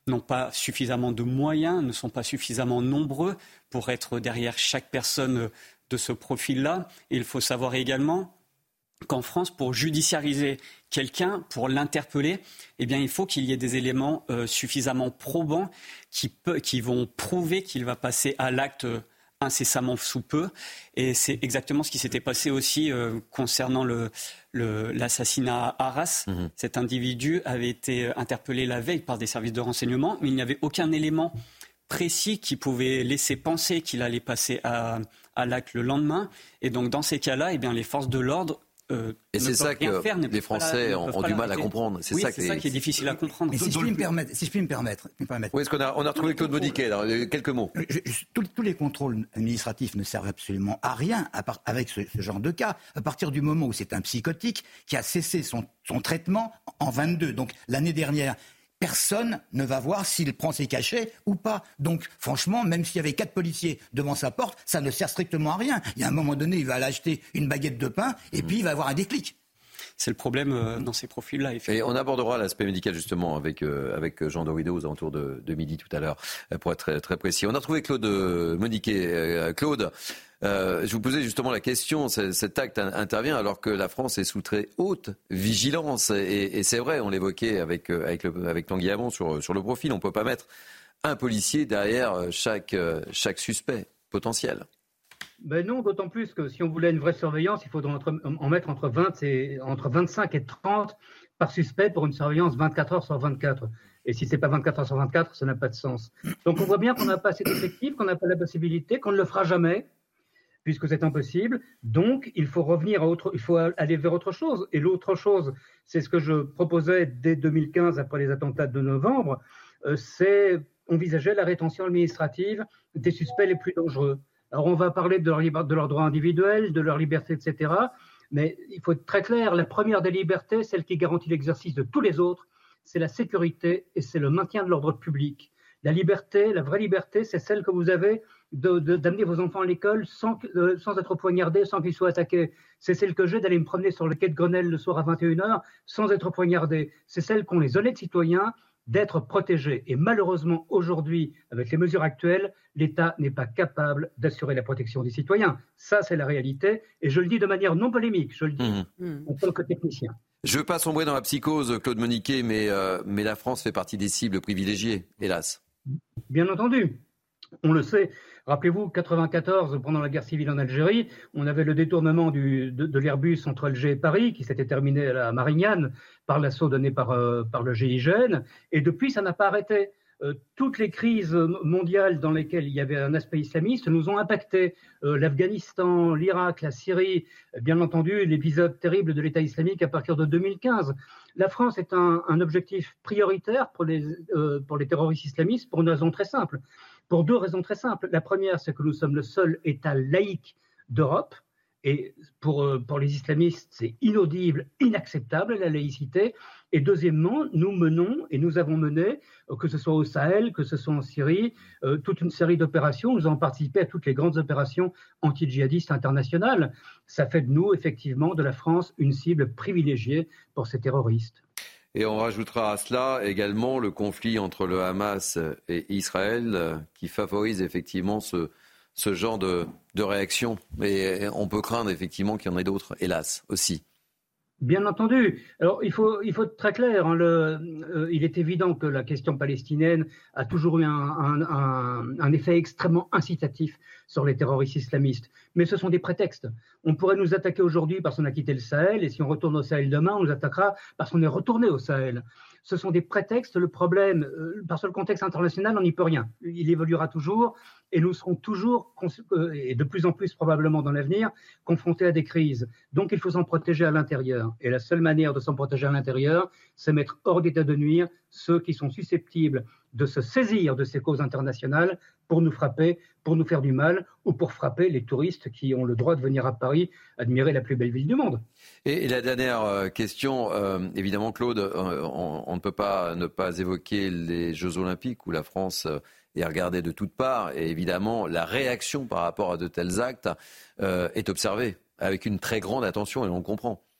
n'ont pas suffisamment de moyens, ne sont pas suffisamment nombreux pour être derrière chaque personne de ce profil-là. Et il faut savoir également qu'en France, pour judiciariser quelqu'un, pour l'interpeller, eh bien, il faut qu'il y ait des éléments euh, suffisamment probants qui, peut, qui vont prouver qu'il va passer à l'acte euh, incessamment sous peu. Et c'est exactement ce qui s'était passé aussi euh, concernant le, le, l'assassinat à Arras. Mmh. Cet individu avait été interpellé la veille par des services de renseignement, mais il n'y avait aucun élément précis qui pouvait laisser penser qu'il allait passer à, à l'acte le lendemain. Et donc, dans ces cas-là, eh bien, les forces de l'ordre Euh, et c'est ça que faire, les Français la, ont, ont du mal à comprendre. C'est, oui, ça, c'est ça qui est difficile à comprendre. Mais si je puis me permettre, si je puis me permettre, me permettre. Oui, est-ce qu'on a, on a retrouvé Claude Modiquet, alors, quelques mots. Je, je, tous, tous les contrôles administratifs ne servent absolument à rien à part, avec ce, ce genre de cas. À partir du moment où c'est un psychotique qui a cessé son, son traitement en vingt-deux, donc l'année dernière. Personne ne va voir s'il prend ses cachets ou pas. Donc, franchement, même s'il y avait quatre policiers devant sa porte, ça ne sert strictement à rien. Il y a un moment donné, il va aller acheter une baguette de pain et mmh. puis il va avoir un déclic. C'est le problème euh, dans ces profils-là. Et on abordera l'aspect médical justement avec, euh, avec Jean Dorido aux alentours de, de midi tout à l'heure, euh, pour être très, très précis. On a trouvé Claude euh, Modiquet. Euh, Claude, euh, je vous posais justement la question, cet acte intervient alors que la France est sous très haute vigilance. Et, et c'est vrai, on l'évoquait avec, avec, le, avec Tanguy Hamon sur, sur le profil, on ne peut pas mettre un policier derrière chaque, chaque suspect potentiel. Ben non, d'autant plus que si on voulait une vraie surveillance, il faudrait entre, en mettre entre, vingt et, entre vingt-cinq et trente par suspect pour une surveillance vingt-quatre heures sur vingt-quatre. Et si ce n'est pas vingt-quatre heures sur vingt-quatre, ça n'a pas de sens. Donc on voit bien qu'on n'a pas assez d'effectifs, qu'on n'a pas la possibilité, qu'on ne le fera jamais, puisque c'est impossible. Donc il faut revenir à autre, il faut aller vers autre chose. Et l'autre chose, c'est ce que je proposais dès deux mille quinze, après les attentats de novembre, euh, c'est envisager la rétention administrative des suspects les plus dangereux. Alors, on va parler de leur, libre, de leurs droits individuels, de leur liberté, et cetera. Mais il faut être très clair, la première des libertés, celle qui garantit l'exercice de tous les autres, c'est la sécurité et c'est le maintien de l'ordre public. La liberté, la vraie liberté, c'est celle que vous avez de, de, d'amener vos enfants à l'école sans, euh, sans être poignardés, sans qu'ils soient attaqués. C'est celle que j'ai d'aller me promener sur le quai de Grenelle le soir à vingt et une heures sans être poignardé. C'est celle qu'ont les honnêtes citoyens d'être protégés. Et malheureusement, aujourd'hui, avec les mesures actuelles, l'État n'est pas capable d'assurer la protection des citoyens. Ça, c'est la réalité. Et je le dis de manière non polémique, je le dis mmh. en tant que technicien. Je ne veux pas sombrer dans la psychose, Claude Modiquet, mais, euh, mais la France fait partie des cibles privilégiées, hélas. Bien entendu. On le sait. Rappelez-vous, quatre-vingt-quatorze, pendant la guerre civile en Algérie, on avait le détournement du, de, de l'Airbus entre Alger et Paris, qui s'était terminé à la Marignane par l'assaut donné par, euh, par le G I G N. Et depuis, ça n'a pas arrêté. Euh, toutes les crises mondiales dans lesquelles il y avait un aspect islamiste nous ont impacté. Euh, L'Afghanistan, l'Irak, la Syrie, bien entendu, l'épisode terrible de l'État islamique à partir de deux mille quinze. La France est un, un objectif prioritaire pour les, euh, pour les terroristes islamistes pour une raison très simple. Pour deux raisons très simples. La première, c'est que nous sommes le seul État laïque d'Europe. Et pour, pour les islamistes, c'est inaudible, inacceptable, la laïcité. Et deuxièmement, nous menons, et nous avons mené, que ce soit au Sahel, que ce soit en Syrie, euh, toute une série d'opérations. Nous avons participé à toutes les grandes opérations anti-djihadistes internationales. Ça fait de nous, effectivement, de la France, une cible privilégiée pour ces terroristes. Et on rajoutera à cela également le conflit entre le Hamas et Israël qui favorise effectivement ce, ce genre de, de réaction. Et on peut craindre effectivement qu'il y en ait d'autres, hélas, aussi. Bien entendu. Alors, il faut, il faut être très clair. Hein, le, euh, il est évident que la question palestinienne a toujours eu un, un, un, un effet extrêmement incitatif sur les terroristes islamistes. Mais ce sont des prétextes. On pourrait nous attaquer aujourd'hui parce qu'on a quitté le Sahel, et si on retourne au Sahel demain, on nous attaquera parce qu'on est retourné au Sahel. Ce sont des prétextes. Le problème, euh, parce que le contexte international, on n'y peut rien. Il évoluera toujours, et nous serons toujours, euh, et de plus en plus probablement dans l'avenir, confrontés à des crises. Donc il faut s'en protéger à l'intérieur. Et la seule manière de s'en protéger à l'intérieur, c'est mettre hors d'état de nuire ceux qui sont susceptibles de se saisir de ces causes internationales pour nous frapper, pour nous faire du mal, ou pour frapper les touristes qui ont le droit de venir à Paris admirer la plus belle ville du monde. Et, et la dernière question, euh, évidemment Claude, euh, on, on ne peut pas ne pas évoquer les Jeux Olympiques où la France euh, est regardée de toutes parts, et évidemment la réaction par rapport à de tels actes euh, est observée avec une très grande attention, et on le comprend.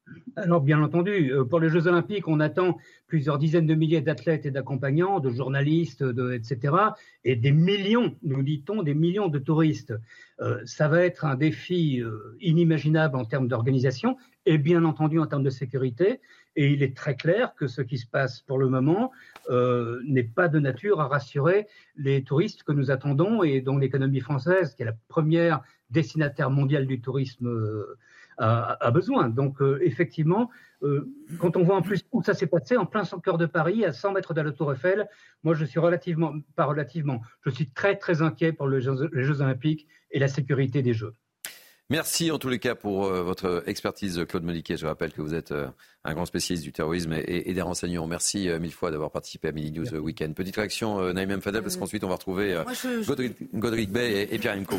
Alors, bien entendu, pour les Jeux Olympiques, on attend plusieurs dizaines de milliers d'athlètes et d'accompagnants, de journalistes, de, et cetera, et des millions, nous dit-on, des millions de touristes. Euh, ça va être un défi euh, inimaginable en termes d'organisation et bien entendu en termes de sécurité. Et il est très clair que ce qui se passe pour le moment euh, n'est pas de nature à rassurer les touristes que nous attendons et dont l'économie française, qui est la première destinataire mondiale du tourisme, euh, a, a besoin. Donc euh, effectivement, euh, quand on voit en plus où ça s'est passé, en plein cœur de Paris, à cent mètres de la Tour Eiffel, moi je suis relativement, pas relativement, je suis très très inquiet pour les Jeux, les Jeux Olympiques et la sécurité des Jeux. Merci en tous les cas pour euh, votre expertise, Claude Modiquet. Je rappelle que vous êtes euh, un grand spécialiste du terrorisme et, et, et des renseignements. Merci euh, mille fois d'avoir participé à Midi News euh, Weekend. Petite réaction, euh, Naïm M. Fadel, parce qu'ensuite on va retrouver euh, je, Godric, Godric Bay et, et Pierre Emco.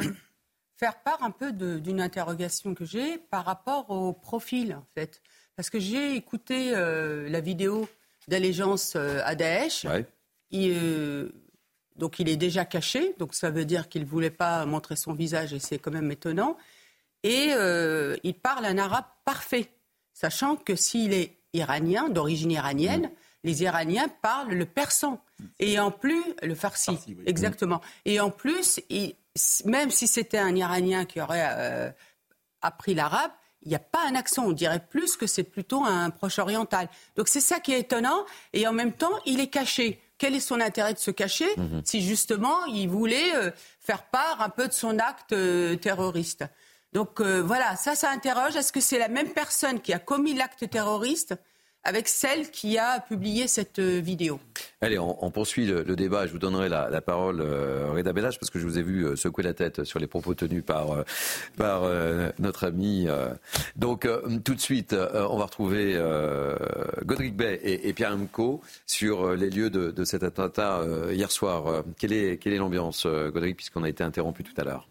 Faire part un peu de, d'une interrogation que j'ai par rapport au profil, en fait. Parce que j'ai écouté euh, la vidéo d'allégeance euh, à Daesh. Ouais. Il, euh, donc il est déjà caché, donc ça veut dire qu'il ne voulait pas montrer son visage et c'est quand même étonnant. Et euh, il parle un arabe parfait, sachant que s'il est iranien, d'origine iranienne, mmh. les Iraniens parlent le persan. Et en plus, le farsi, farsi oui. exactement. Mmh. Et en plus, il, même si c'était un Iranien qui aurait euh, appris l'arabe, il n'y a pas un accent, on dirait plus que c'est plutôt un proche oriental. Donc c'est ça qui est étonnant, et en même temps, il est caché. Quel est son intérêt de se cacher mmh. si justement il voulait euh, faire part un peu de son acte euh, terroriste? Donc euh, voilà, ça, ça interroge. Est-ce que c'est la même personne qui a commis l'acte terroriste avec celle qui a publié cette euh, vidéo? Allez, on, on poursuit le, le débat. Je vous donnerai la, la parole, euh, Reda Bellach, parce que je vous ai vu euh, secouer la tête sur les propos tenus par, euh, par euh, notre ami. Euh. Donc, euh, tout de suite, euh, on va retrouver euh, Godric Bay et, et Pierre Emco sur euh, les lieux de, de cet attentat euh, hier soir. Euh, quelle est, quelle est l'ambiance, euh, Godric, puisqu'on a été interrompu tout à l'heure?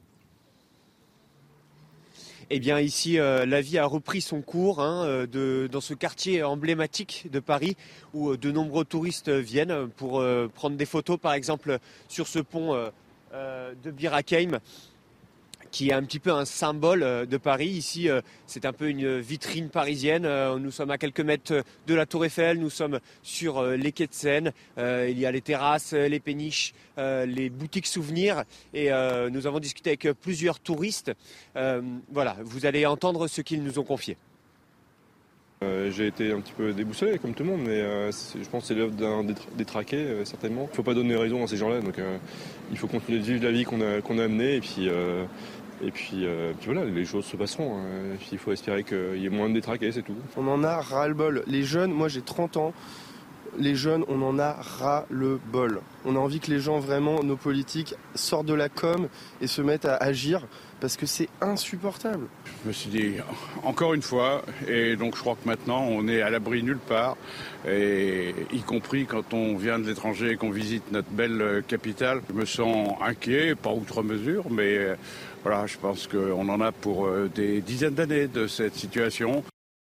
Eh bien ici, euh, la vie a repris son cours hein, de, dans ce quartier emblématique de Paris où euh, de nombreux touristes viennent pour euh, prendre des photos, par exemple sur ce pont euh, euh, de Bir Hakeim, qui est un petit peu un symbole de Paris. Ici, c'est un peu une vitrine parisienne. Nous sommes à quelques mètres de la Tour Eiffel, nous sommes sur les quais de Seine. Il y a les terrasses, les péniches, les boutiques souvenirs. Et nous avons discuté avec plusieurs touristes. Voilà, vous allez entendre ce qu'ils nous ont confié. Euh, j'ai été un petit peu déboussolé comme tout le monde, mais euh, je pense que c'est l'œuvre d'un détraqué, euh, certainement. Il ne faut pas donner raison à ces gens-là, donc euh, il faut continuer de vivre la vie qu'on a, qu'on a amenée, et puis, euh, et puis, euh, puis voilà, les choses se passeront. Hein. Il faut espérer qu'il y ait moins de détraqués, c'est tout. On en a ras-le-bol. Les jeunes, moi j'ai trente ans, les jeunes, on en a ras-le-bol. On a envie que les gens, vraiment, nos politiques, sortent de la com et se mettent à agir, parce que c'est insupportable. Je me suis dit, encore une fois, et donc je crois que maintenant on est à l'abri nulle part, et y compris quand on vient de l'étranger et qu'on visite notre belle capitale. Je me sens inquiet, pas outre mesure, mais voilà, je pense qu'on en a pour des dizaines d'années de cette situation.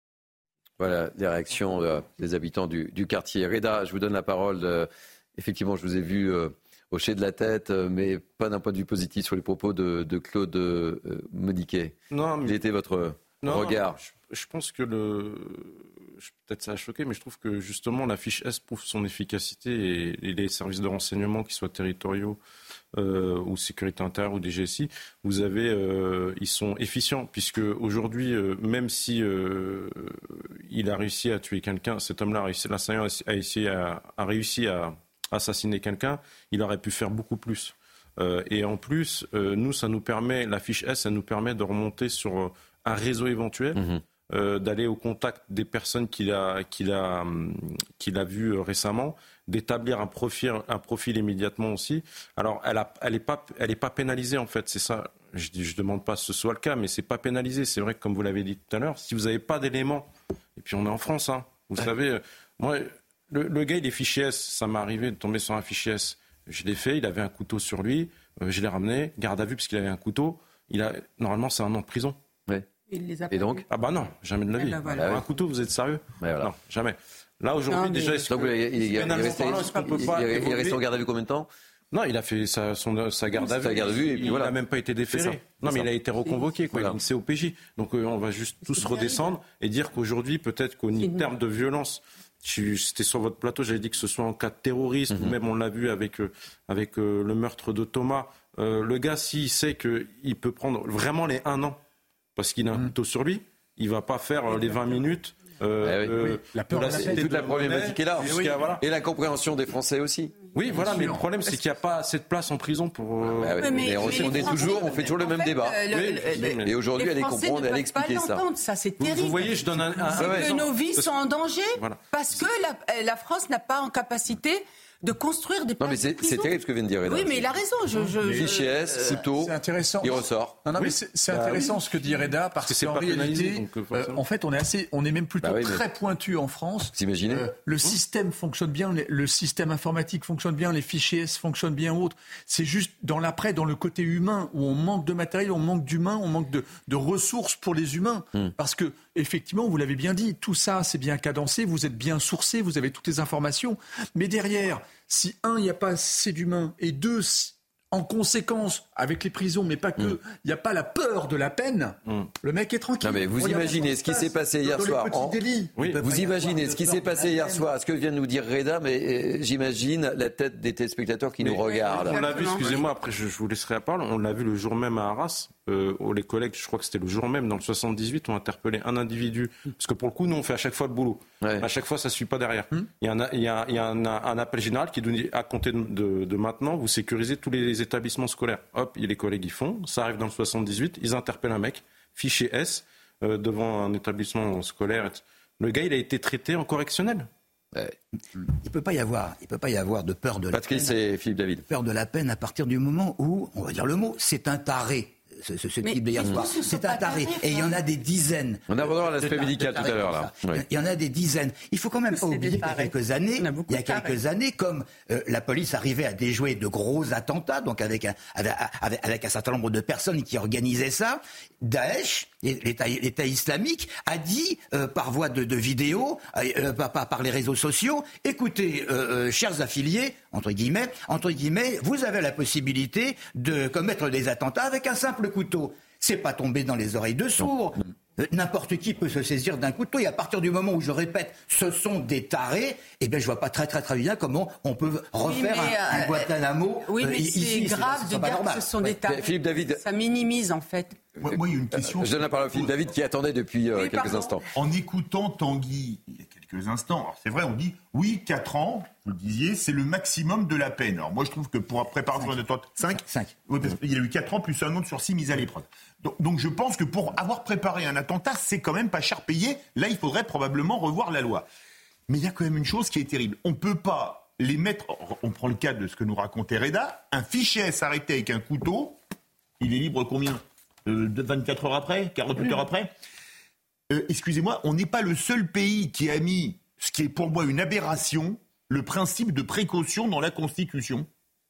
Voilà les réactions euh, des habitants du, du quartier. Reda, je vous donne la parole. Euh, effectivement, je vous ai vu euh, hocher de la tête, euh, mais pas d'un point de vue positif sur les propos de, de Claude euh, Modiquet. Non, mais... Quel était votre non, regard? je, je pense que le... Peut-être ça a choqué, mais je trouve que justement la fiche S prouve son efficacité et, et les services de renseignement, qu'ils soient territoriaux euh, ou sécurité intérieure ou D G S I, vous avez, euh, ils sont efficients, puisque aujourd'hui, euh, même si euh, il a réussi à tuer quelqu'un, cet homme-là a réussi, l'assaillant a, réussi à, a réussi à assassiner quelqu'un, il aurait pu faire beaucoup plus. Euh, et en plus, euh, nous, ça nous permet, la fiche S, ça nous permet de remonter sur un réseau éventuel. Mmh. Euh, d'aller au contact des personnes qu'il a, qu'il a, qu'il a vues récemment, d'établir un profil, un profil immédiatement aussi. Alors, elle n'est elle est pas, elle est pas pénalisée, en fait, c'est ça. Je ne demande pas que ce soit le cas, mais ce n'est pas pénalisé. C'est vrai que, comme vous l'avez dit tout à l'heure, si vous n'avez pas d'éléments, et puis on est en France, hein, vous ouais. savez, moi, le, le gars, il est fichier S, ça m'est arrivé de tomber sur un fichier S. Je l'ai fait, il avait un couteau sur lui, euh, je l'ai ramené, garde à vue, parce qu'il avait un couteau. Il a, normalement, c'est un an de prison. Ouais. Les a et donc Ah bah non, jamais de la vie. Ben voilà. Un couteau, vous êtes sérieux? voilà. Non, jamais. Là aujourd'hui, non, déjà, est-ce que, il, il, il, il, restait, il, il est resté en garde à vue combien de temps? Non, il a fait sa, son, sa garde à vue. Sa garde à vue et puis il voilà. n'a même pas été déféré. Non, mais il a été reconvoqué, quoi. Il a une C O P J. Donc euh, on va juste tous redescendre et dire qu'aujourd'hui, peut-être qu'au terme de violence, c'était sur votre plateau, j'avais dit que ce soit en cas de terrorisme, mm-hmm. ou même on l'a vu avec, euh, avec euh, le meurtre de Thomas. Euh, le gars, s'il sait qu'il peut prendre vraiment les un an, parce qu'il a un mm. couteau sur lui, il ne va pas faire euh, les vingt minutes. Euh, eh oui. euh, la peur de la toute la problématique est là. Oui. Voilà. Et la compréhension des Français aussi. Oui, voilà, Bien mais sûr. Le problème, c'est qu'il n'y a pas assez de place en prison pour. Euh... Ah oui, mais, mais, mais on, mais on est toujours, on fait toujours le même fait, débat. Euh, le, oui, le, et aujourd'hui, elle est comprendre, elle expliquer ça. Ça, c'est terrible. Vous voyez, je donne un. un c'est un que exemple. nos vies parce... sont en danger voilà. parce que la, la France n'a pas en capacité de construire des places. Non, mais c'est, c'est terrible ce que vient de dire Reda. Oui, mais il a raison. Je, je, Fichier S, euh, couteau, c'est intéressant. Il ressort. Non, non, oui. mais c'est, c'est intéressant bah, oui. ce que dit Reda parce, parce que qu'en réalité, donc, euh, en fait, on est assez, on est même plutôt bah, oui, très mais... pointu en France. Vous imaginez euh, Le mmh. système fonctionne bien, le système informatique fonctionne bien, les fichiers S fonctionnent bien, autres. C'est juste dans l'après, dans le côté humain où on manque de matériel, on manque d'humains, on manque de, de ressources pour les humains. Mmh. Parce que effectivement, vous l'avez bien dit, tout ça, c'est bien cadencé, vous êtes bien sourcé, vous avez toutes les informations, mais derrière. Si, un, il n'y a pas assez d'humains, et deux, si, en conséquence, avec les prisons, mais pas que, il mmh. n'y a pas la peur de la peine, mmh. le mec est tranquille. Non mais vous Regardez imaginez ce qui s'est passé hier soir. En... Oui. Vous imaginez ce qui s'est passé hier soir, ce que vient de nous dire Reda, mais euh, j'imagine la tête des téléspectateurs qui mais, nous regardent. On l'a vu, excusez-moi, après je, je vous laisserai la parole, on l'a vu le jour même à Arras. Euh, les collègues, je crois que c'était le jour même, dans le soixante-dix-huit, ont interpellé un individu. Parce que pour le coup, nous, on fait à chaque fois le boulot. Ouais. À chaque fois, ça ne suit pas derrière. Hum. Il y a, un, il y a, il y a un, un appel général qui dit, à compter de, de, de maintenant, vous sécurisez tous les établissements scolaires. Hop, les collègues y font. Ça arrive dans le soixante-dix-huit. Ils interpellent un mec, fichier S, euh, devant un établissement scolaire. Le gars, il a été traité en correctionnel. Ouais. Il peut pas y avoir, il peut pas y avoir de peur de la Patrice peine. et Philippe David. Peur de la peine à partir du moment où, on va dire le mot, c'est un taré. Ce, ce, ce type d'hier soir. C'est un taré. Et il y en a des dizaines. On abordera l'aspect médical tout à l'heure, là. Oui. Il y en a des dizaines. Il faut quand même pas oublier qu'il y a quelques années, il y a quelques années, comme euh, la police arrivait à déjouer de gros attentats, donc avec un, avec, avec un certain nombre de personnes qui organisaient ça, Daesh, l'État, l'État islamique, a dit euh, par voie de, de vidéo, euh, par, par les réseaux sociaux, écoutez, euh, euh, chers affiliés, entre guillemets, entre guillemets, vous avez la possibilité de commettre des attentats avec un simple couteau. C'est pas tombé dans les oreilles de sourds. Euh, n'importe qui peut se saisir d'un couteau et à partir du moment où je répète, ce sont des tarés, eh bien je vois pas très très très bien comment on peut refaire oui, un, un Guantanamo. Oui, mais euh, c'est ici, grave c'est, de dire que ce sont des tarés. Philippe David. Ça minimise en fait. Moi, moi, il y a une question. Euh, je donne la parole à Philippe David qui attendait depuis euh, oui, quelques pardon. instants. En écoutant Tanguy il y a quelques instants, alors c'est vrai, on dit oui, quatre ans, vous le disiez, c'est le maximum de la peine. Alors moi, je trouve que pour préparer un attentat, cinq, cinq. Oui, parce qu'il y a eu quatre ans plus un an de sursis mis à l'épreuve. Donc, donc je pense que pour avoir préparé un attentat, c'est quand même pas cher payé. Là, il faudrait probablement revoir la loi. Mais il y a quand même une chose qui est terrible. On ne peut pas les mettre. On prend le cas de ce que nous racontait Reda. Un fichier S arrêté avec un couteau, il est libre combien euh, vingt-quatre heures après, quarante-huit heures après. Euh, excusez-moi, on n'est pas le seul pays qui a mis, ce qui est pour moi une aberration, le principe de précaution dans la Constitution.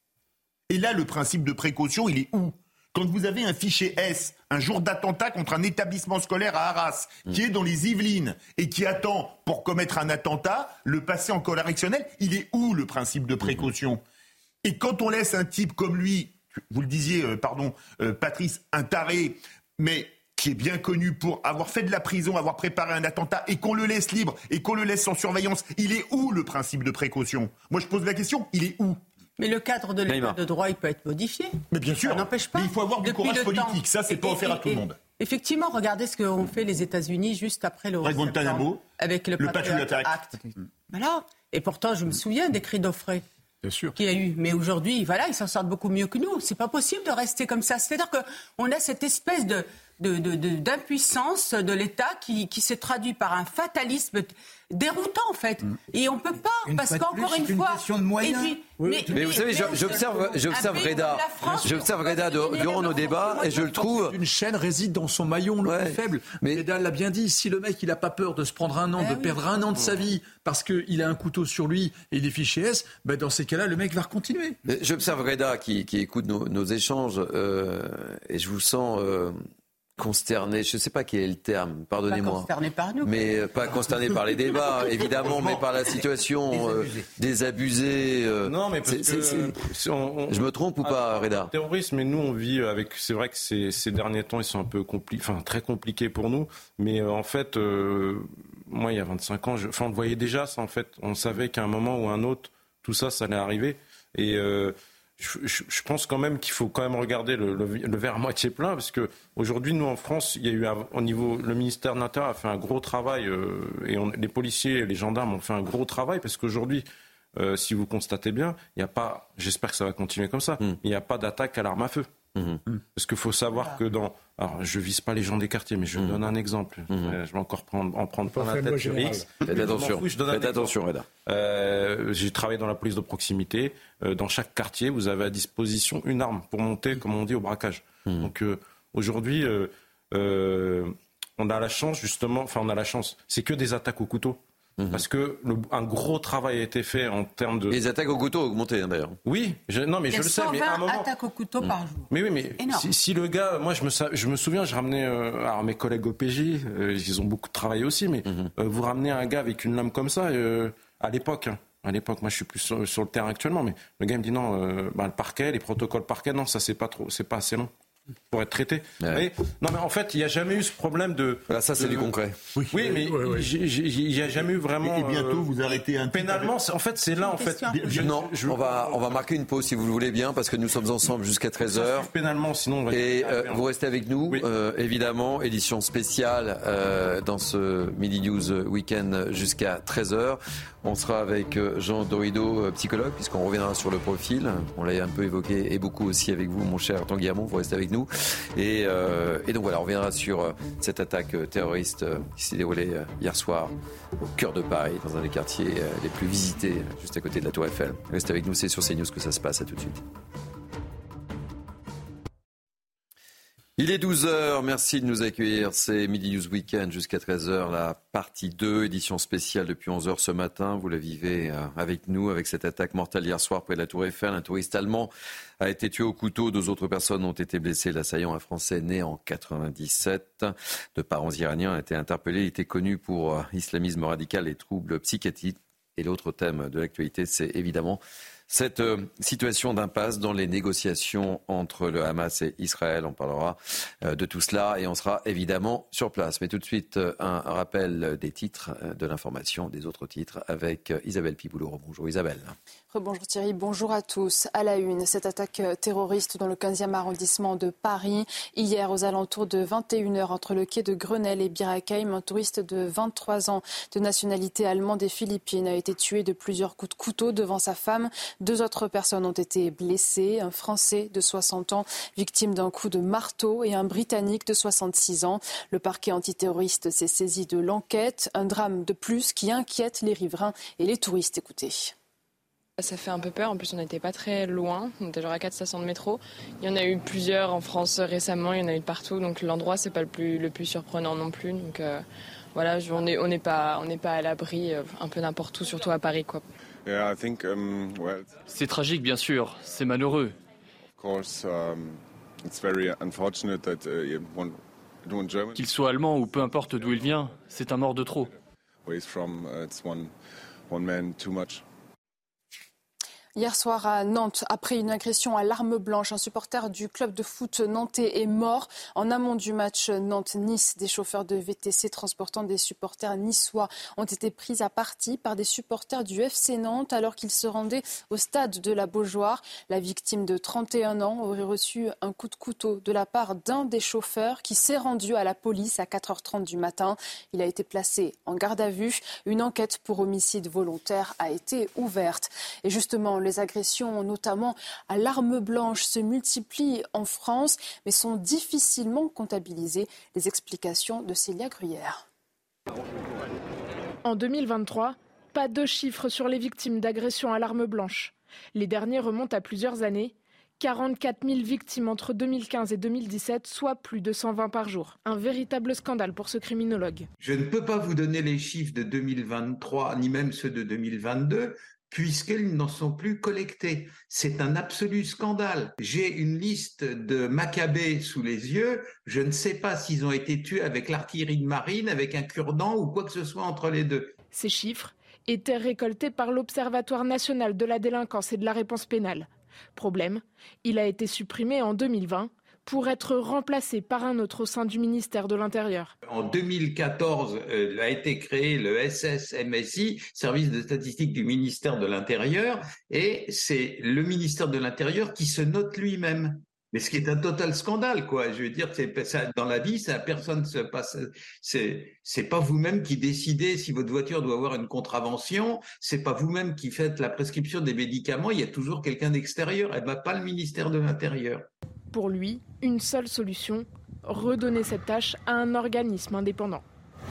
Et là, le principe de précaution, il est où ? Quand vous avez un fichier S, un jour d'attentat contre un établissement scolaire à Arras, qui est dans les Yvelines et qui attend pour commettre un attentat, le passer en correctionnel, il est où le principe de précaution ? Et quand on laisse un type comme lui, vous le disiez, euh, pardon, euh, Patrice, un taré, mais qui est bien connu pour avoir fait de la prison, avoir préparé un attentat, et qu'on le laisse libre, et qu'on le laisse sans surveillance, il est où le principe de précaution ? Moi je pose la question, il est où ? Mais le cadre de l'état de droit, il peut être modifié. Mais bien sûr. Ça n'empêche pas. Mais il faut avoir du Depuis courage politique. Temps. Ça, c'est et, pas offert à tout le monde. Effectivement, regardez ce qu'ont fait les États-Unis juste après le Guantanamo, avec le, le Patriot Act. Act. Voilà. Et pourtant, je me souviens des cris d'Offray. Bien sûr. Qu'il y a eu. Mais aujourd'hui, voilà, ils s'en sortent beaucoup mieux que nous. C'est pas possible de rester comme ça. C'est-à-dire qu'on a cette espèce de, de, de, de, d'impuissance de l'État qui, qui s'est traduit par un fatalisme déroutant, en fait. Mmh. Et on peut pas, une parce qu'encore plus, une c'est fois... une question de moyens. Et puis, oui, mais, mais vous savez, mais j'observe, j'observe Reda, j'observe Reda durant nos débats et je le trouve... Une chaîne réside dans son maillon le ouais, plus faible. Mais Reda l'a bien dit, si le mec, il n'a pas peur de se prendre un an, eh de oui. perdre un an de sa vie parce qu'il a un couteau sur lui et il est fiché S, ben dans ces cas-là, le mec va continuer. J'observe Reda qui, qui écoute nos, nos échanges euh, et je vous sens... Euh, Consterné, je ne sais pas quel est le terme, pardonnez-moi. Pas consterné par nous. Mais euh, pas consterné par les débats, évidemment, mais par la situation euh, désabusée. Euh, non, mais parce c'est, que c'est, c'est... c'est, on, on, je me trompe ou pas, Reda? Terrorisme, mais nous on vit avec. C'est vrai que ces, ces derniers temps ils sont un peu compli... enfin très compliqués pour nous, mais euh, en fait, euh, moi il y a vingt-cinq ans, je... enfin on le voyait déjà ça en fait. On savait qu'à un moment ou un autre, tout ça, ça allait arriver et. Euh, Je, je, je pense quand même qu'il faut quand même regarder le, le, le verre à moitié plein parce que aujourd'hui nous en France il y a eu un, au niveau le ministère de l'Intérieur a fait un gros travail euh, et on, les policiers et les gendarmes ont fait un gros travail parce qu'aujourd'hui euh, si vous constatez bien il n'y a pas, j'espère que ça va continuer comme ça, mmh. il n'y a pas d'attaque à l'arme à feu. Mmh. Parce qu'il faut savoir voilà. que dans... Alors, je vise pas les gens des quartiers, mais je mmh. donne un exemple. Mmh. Je vais encore prendre, en prendre plein la tête sur X. Faites attention, fous, Faites attention, Reda. Euh, j'ai travaillé dans la police de proximité. Euh, dans chaque quartier, vous avez à disposition une arme pour monter, comme on dit, au braquage. Mmh. Donc, euh, aujourd'hui, euh, euh, on a la chance, justement... Enfin, on a la chance. C'est que des attaques au couteau. Mmh. Parce que le, un gros travail a été fait en termes de... Les attaques au couteau ont augmenté, hein, d'ailleurs. Oui, je, non, mais je le sais. Mais à un moment... attaques au couteau mmh. par jour. Mais oui, mais si, si le gars... Moi, je me, je me souviens, je ramenais... Euh, alors, mes collègues au P J, euh, ils ont beaucoup travaillé aussi, mais mmh. euh, vous ramenez un gars avec une lame comme ça, euh, à l'époque... Hein, à l'époque, moi, je suis plus sur, sur le terrain actuellement, mais le gars me dit non, euh, bah, le parquet, les protocoles parquet, non, ça, c'est pas trop, c'est pas assez long pour être traité. Ouais. Mais, non, mais en fait, il n'y a jamais eu ce problème de... Voilà, ça, c'est de, du concret. Oui, oui mais ouais, ouais. il n'y a jamais eu vraiment... Et bientôt, euh, vous arrêtez un... Pénalement, en fait, c'est là, en fait... Je, non, je, on, va, on va marquer une pause, si vous le voulez bien, parce que nous sommes ensemble jusqu'à treize heures. Pénalement, sinon... On va et euh, vous restez avec nous, oui. euh, évidemment, édition spéciale euh, dans ce Midi News Week-end jusqu'à treize heures. On sera avec Jean Dorido, psychologue, puisqu'on reviendra sur le profil. On l'a un peu évoqué, et beaucoup aussi avec vous, mon cher Tanguy Hamon, vous restez avec nous. Et, euh, et donc voilà, on reviendra sur euh, cette attaque euh, terroriste euh, qui s'est déroulée euh, hier soir au cœur de Paris, dans un des quartiers euh, les plus visités, juste à côté de la Tour Eiffel. Restez avec nous, c'est sur CNews que ça se passe. À tout de suite. Il est douze heures, merci de nous accueillir. C'est Midi News Weekend jusqu'à treize heures, la partie deux, édition spéciale depuis onze heures ce matin. Vous la vivez avec nous, avec cette attaque mortelle hier soir près de la Tour Eiffel. Un touriste allemand a été tué au couteau, deux autres personnes ont été blessées. L'assaillant, un Français né en quatre-vingt-dix-sept, de parents iraniens, a été interpellé. Il était connu pour islamisme radical et troubles psychiatriques. Et l'autre thème de l'actualité, c'est évidemment cette euh, situation d'impasse dans les négociations entre le Hamas et Israël. On parlera euh, de tout cela et on sera évidemment sur place. Mais tout de suite, euh, un rappel des titres, euh, de l'information, des autres titres avec euh, Isabelle Piboulot. Bonjour Isabelle. Bonjour Thierry, bonjour à tous. À la une, cette attaque terroriste dans le quinzième arrondissement de Paris. Hier, aux alentours de vingt et une heures, entre le quai de Grenelle et Bir Hakeim, un touriste de vingt-trois ans de nationalité allemande et philippine a été tué de plusieurs coups de couteau devant sa femme. Deux autres personnes ont été blessées, un Français de soixante ans victime d'un coup de marteau et un Britannique de soixante-six ans. Le parquet antiterroriste s'est saisi de l'enquête. Un drame de plus qui inquiète les riverains et les touristes. Écoutez. Ça fait un peu peur, en plus on n'était pas très loin, on était genre à quatre stations de métro. Il y en a eu plusieurs en France récemment, il y en a eu de partout, donc l'endroit c'est pas le plus, le plus surprenant non plus. Donc euh, voilà, on n'est on n'est pas, on n'est pas à l'abri euh, un peu n'importe où, surtout à Paris, quoi. Yeah, I think, um, well, c'est tragique bien sûr, c'est malheureux. Of course, um, it's very unfortunate that, uh, one, one German... Qu'il soit allemand ou peu importe d'où il vient, c'est un mort de trop. Where he's from, uh, it's one, one man too much. Hier soir à Nantes, après une agression à l'arme blanche, un supporter du club de foot nantais est mort. En amont du match Nantes-Nice, des chauffeurs de V T C transportant des supporters niçois ont été pris à partie par des supporters du F C Nantes alors qu'ils se rendaient au stade de la Beaujoire. La victime de trente et un ans aurait reçu un coup de couteau de la part d'un des chauffeurs qui s'est rendu à la police à quatre heures trente du matin. Il a été placé en garde à vue. Une enquête pour homicide volontaire a été ouverte. Et justement, les agressions, notamment à l'arme blanche, se multiplient en France, mais sont difficilement comptabilisées. Les explications de Célia Gruyère. En deux mille vingt-trois, pas de chiffres sur les victimes d'agressions à l'arme blanche. Les derniers remontent à plusieurs années. quarante-quatre mille victimes entre deux mille quinze et deux mille dix-sept, soit plus de cent vingt par jour. Un véritable scandale pour ce criminologue. Je ne peux pas vous donner les chiffres de deux mille vingt-trois, ni même ceux de deux mille vingt-deux, puisqu'ils n'en sont plus collectés. C'est un absolu scandale. J'ai une liste de Maccabées sous les yeux. Je ne sais pas s'ils ont été tués avec l'artillerie de marine, avec un cure-dent ou quoi que ce soit entre les deux. Ces chiffres étaient récoltés par l'Observatoire national de la délinquance et de la réponse pénale. Problème, il a été supprimé en deux mille vingt pour être remplacé par un autre au sein du ministère de l'Intérieur. En deux mille quatorze, euh, a été créé le S S M S I, Service de statistique du ministère de l'Intérieur, et c'est le ministère de l'Intérieur qui se note lui-même. Mais ce qui est un total scandale, quoi. Je veux dire, c'est, ça, dans la vie, ça, personne se passe. C'est, c'est pas vous-même qui décidez si votre voiture doit avoir une contravention. C'est pas vous-même qui faites la prescription des médicaments. Il y a toujours quelqu'un d'extérieur. Et ben, pas le ministère de l'Intérieur. Pour lui, une seule solution, redonner cette tâche à un organisme indépendant.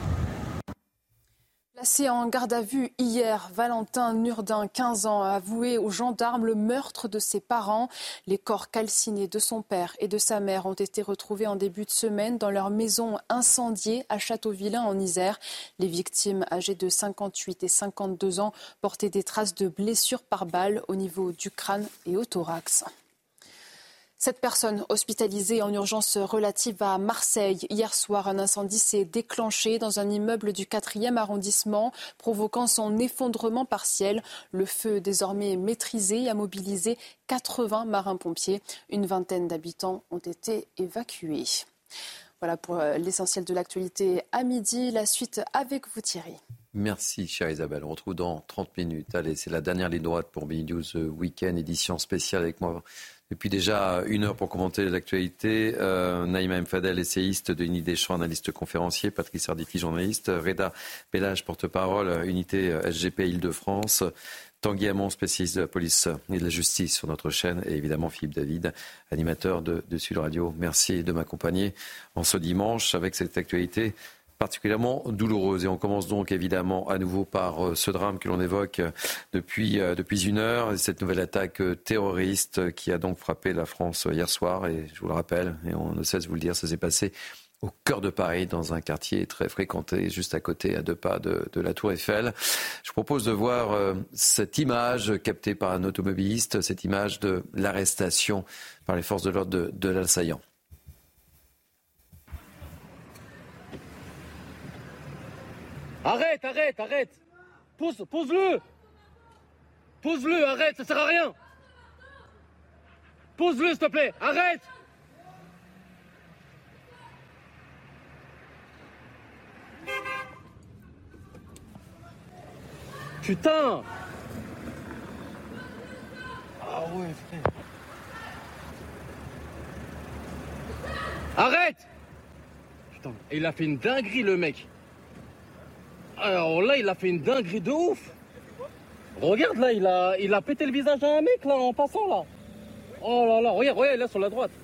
Placé en garde à vue hier, Valentin Nurdin, quinze ans, a avoué aux gendarmes le meurtre de ses parents. Les corps calcinés de son père et de sa mère ont été retrouvés en début de semaine dans leur maison incendiée à Châteauvillain en Isère. Les victimes, âgées de cinquante-huit et cinquante-deux ans, portaient des traces de blessures par balle au niveau du crâne et au thorax. Cette personne hospitalisée en urgence relative à Marseille. Hier soir, un incendie s'est déclenché dans un immeuble du quatrième arrondissement, provoquant son effondrement partiel. Le feu désormais maîtrisé a mobilisé quatre-vingts marins-pompiers. Une vingtaine d'habitants ont été évacués. Voilà pour l'essentiel de l'actualité à midi. La suite avec vous, Thierry. Merci, chère Isabelle. On retrouve dans trente minutes. Allez, c'est la dernière ligne droite pour Midi News Week-end, édition spéciale avec moi. Depuis déjà une heure pour commenter l'actualité, euh, Naïma M. Fadel, essayiste de l'Unité des Champs, analyste conférencier, Patrice Arditi, journaliste, Reda Bellage, porte-parole, unité S G P Île-de-France, Tanguy Hamon, spécialiste de la police et de la justice sur notre chaîne, et évidemment Philippe David, animateur de, de Sud Radio. Merci de m'accompagner en ce dimanche avec cette actualité particulièrement douloureuse. Et on commence donc évidemment à nouveau par ce drame que l'on évoque depuis, depuis une heure, cette nouvelle attaque terroriste qui a donc frappé la France hier soir. Et je vous le rappelle, et on ne cesse de vous le dire, ça s'est passé au cœur de Paris, dans un quartier très fréquenté, juste à côté, à deux pas de, de la Tour Eiffel. Je propose de voir euh, cette image captée par un automobiliste, cette image de l'arrestation par les forces de l'ordre de, de l'assaillant. Arrête, arrête, arrête. Pose, pose-le. Pose-le, arrête, ça sert à rien. Pose-le, s'il te plaît, arrête. Putain. Ah ouais, frère. Arrête. Putain, il a fait une dinguerie, le mec. Alors là, il a fait une dinguerie de ouf. Regarde là, il a, il a pété le visage à un mec là en passant là. Oh là là, regarde, regarde là sur la droite.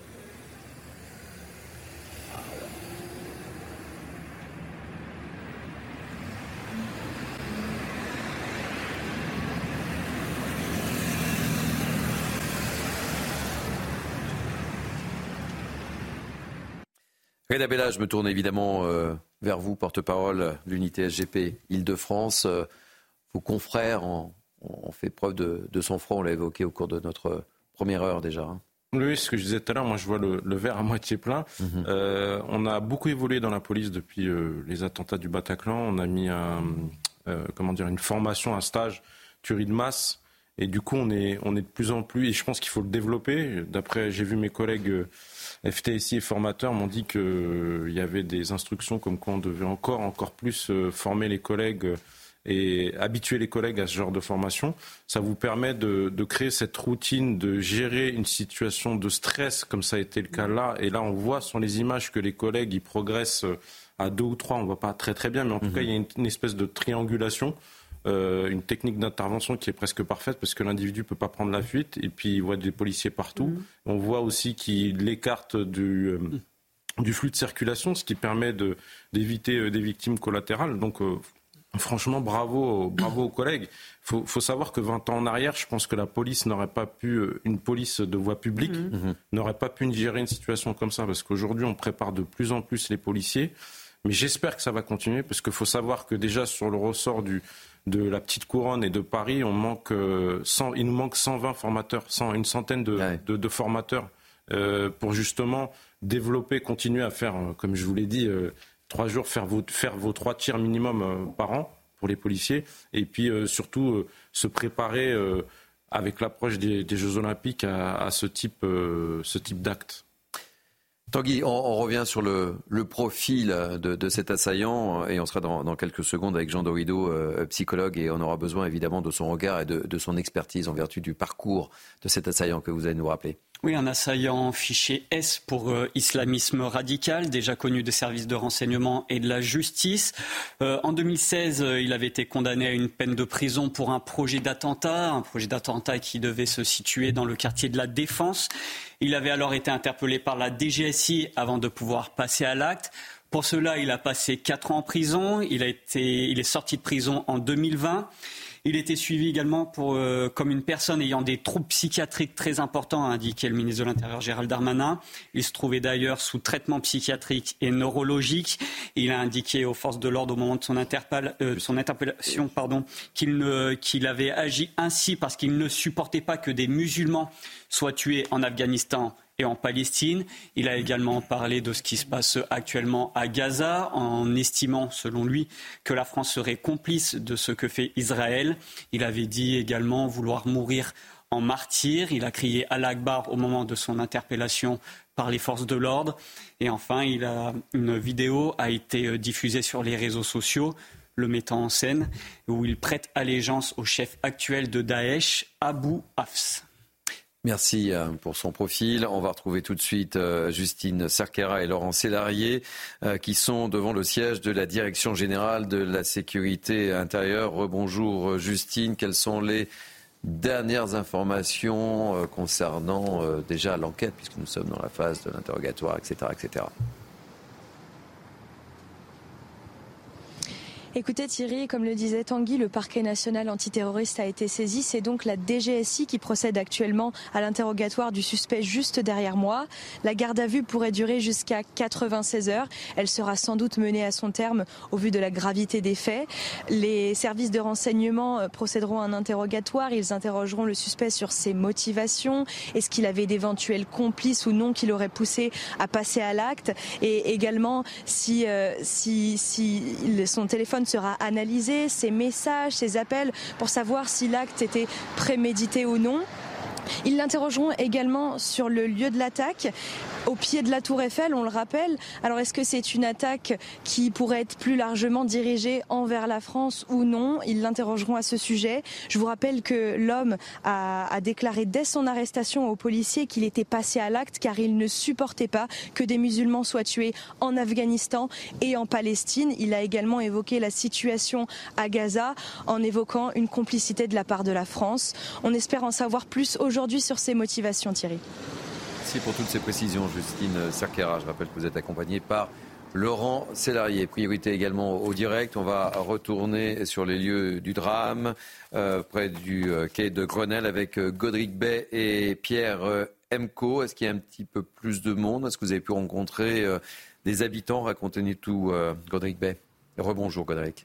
Reda Bella, je me tourne évidemment euh, vers vous, porte-parole de l'unité S G P Île-de-France. Euh, vos confrères ont, ont fait preuve de, de sang-froid, on l'a évoqué au cours de notre première heure déjà. Hein. Oui, ce que je disais tout à l'heure, moi je vois le, le verre à moitié plein. Mmh. Euh, on a beaucoup évolué dans la police depuis euh, les attentats du Bataclan. On a mis un, euh, comment dire, une formation, un stage tuerie de masse. Et du coup, on est, on est de plus en plus, et je pense qu'il faut le développer. D'après, j'ai vu mes collègues euh, F T S I et formateurs m'ont dit qu'il euh, y avait des instructions comme quoi on devait encore, encore plus euh, former les collègues euh, et habituer les collègues à ce genre de formation. Ça vous permet de, de créer cette routine, de gérer une situation de stress comme ça a été le cas là. Et là, on voit sur les images que les collègues, ils progressent à deux ou trois, on ne voit pas très très bien, mais en tout mmh. cas, il y a une, une espèce de triangulation. Euh, une technique d'intervention qui est presque parfaite parce que l'individu ne peut pas prendre la fuite et puis il voit des policiers partout. Mmh. On voit aussi qu'il écarte du, euh, du flux de circulation, ce qui permet de, d'éviter euh, des victimes collatérales. Donc euh, franchement, bravo, bravo aux collègues. Il faut, faut savoir que vingt ans en arrière, je pense que la police n'aurait pas pu, une police de voie publique, mmh. n'aurait pas pu gérer une situation comme ça parce qu'aujourd'hui, on prépare de plus en plus les policiers. Mais j'espère que ça va continuer parce qu'il faut savoir que déjà sur le ressort du, de la petite couronne et de Paris, on manque, euh, cent, il nous manque cent vingt formateurs, cent, une centaine de, ouais. de, de formateurs euh, pour justement développer, continuer à faire, euh, comme je vous l'ai dit, euh, trois jours, faire vos, faire vos trois tirs minimum euh, par an pour les policiers, et puis euh, surtout euh, se préparer euh, avec l'approche des, des Jeux Olympiques à, à ce type, euh, ce type d'acte. Tanguy, on, on revient sur le, le profil de, de cet assaillant et on sera dans, dans quelques secondes avec Jean Dorido, euh, psychologue, et on aura besoin évidemment de son regard et de, de son expertise en vertu du parcours de cet assaillant que vous allez nous rappeler. Oui, un assaillant fiché S pour euh, islamisme radical, déjà connu des services de renseignement et de la justice. Euh, en deux mille seize, euh, il avait été condamné à une peine de prison pour un projet d'attentat, un projet d'attentat qui devait se situer dans le quartier de la Défense. Il avait alors été interpellé par la D G S I avant de pouvoir passer à l'acte. Pour cela, il a passé quatre ans en prison. Il a été, il est sorti de prison en deux mille vingt. Il était suivi également pour, euh, comme une personne ayant des troubles psychiatriques très importants, a indiqué le ministre de l'Intérieur Gérald Darmanin. Il se trouvait d'ailleurs sous traitement psychiatrique et neurologique. Il a indiqué aux forces de l'ordre au moment de son, interpell- euh, son interpellation pardon, qu'il, ne, qu'il avait agi ainsi parce qu'il ne supportait pas que des musulmans soient tués en Afghanistan et en Palestine. Il a également parlé de ce qui se passe actuellement à Gaza, en estimant, selon lui, que la France serait complice de ce que fait Israël. Il avait dit également vouloir mourir en martyr. Il a crié Allah Akbar au moment de son interpellation par les forces de l'ordre. Et enfin, il a, une vidéo a été diffusée sur les réseaux sociaux, le mettant en scène, où il prête allégeance au chef actuel de Daesh, Abu Hafs. Merci pour son profil. On va retrouver tout de suite Justine Cerqueira et Laurent Sélarié qui sont devant le siège de la Direction générale de la sécurité intérieure. Rebonjour Justine, quelles sont les dernières informations concernant déjà l'enquête, puisque nous sommes dans la phase de l'interrogatoire, et cetera, et cetera. Écoutez Thierry, comme le disait Tanguy, le parquet national antiterroriste a été saisi. C'est donc la D G S I qui procède actuellement à l'interrogatoire du suspect juste derrière moi. La garde à vue pourrait durer jusqu'à quatre-vingt-seize heures. Elle sera sans doute menée à son terme au vu de la gravité des faits. Les services de renseignement procéderont à un interrogatoire. Ils interrogeront le suspect sur ses motivations. Est-ce qu'il avait d'éventuels complices ou non qui l'auraient poussé à passer à l'acte? Et également si, euh, si, si son téléphone sera analysé, ses messages, ses appels, pour savoir si l'acte était prémédité ou non. Ils l'interrogeront également sur le lieu de l'attaque, au pied de la Tour Eiffel, on le rappelle. Alors est-ce que c'est une attaque qui pourrait être plus largement dirigée envers la France ou non? Ils l'interrogeront à ce sujet. Je vous rappelle que l'homme a, a déclaré dès son arrestation aux policiers qu'il était passé à l'acte car il ne supportait pas que des musulmans soient tués en Afghanistan et en Palestine. Il a également évoqué la situation à Gaza en évoquant une complicité de la part de la France. On espère en savoir plus aujourd'hui sur ses motivations, Thierry. Merci pour toutes ces précisions, Justine Cerqueira. Je rappelle que vous êtes accompagnée par Laurent Sélarié. Priorité également au direct. On va retourner sur les lieux du drame, euh, près du euh, quai de Grenelle, avec euh, Godric Bay et Pierre euh, Emco. Est-ce qu'il y a un petit peu plus de monde? Est-ce que vous avez pu rencontrer euh, des habitants? Racontez-nous tout, euh, Godric Bay. Rebonjour, Godric.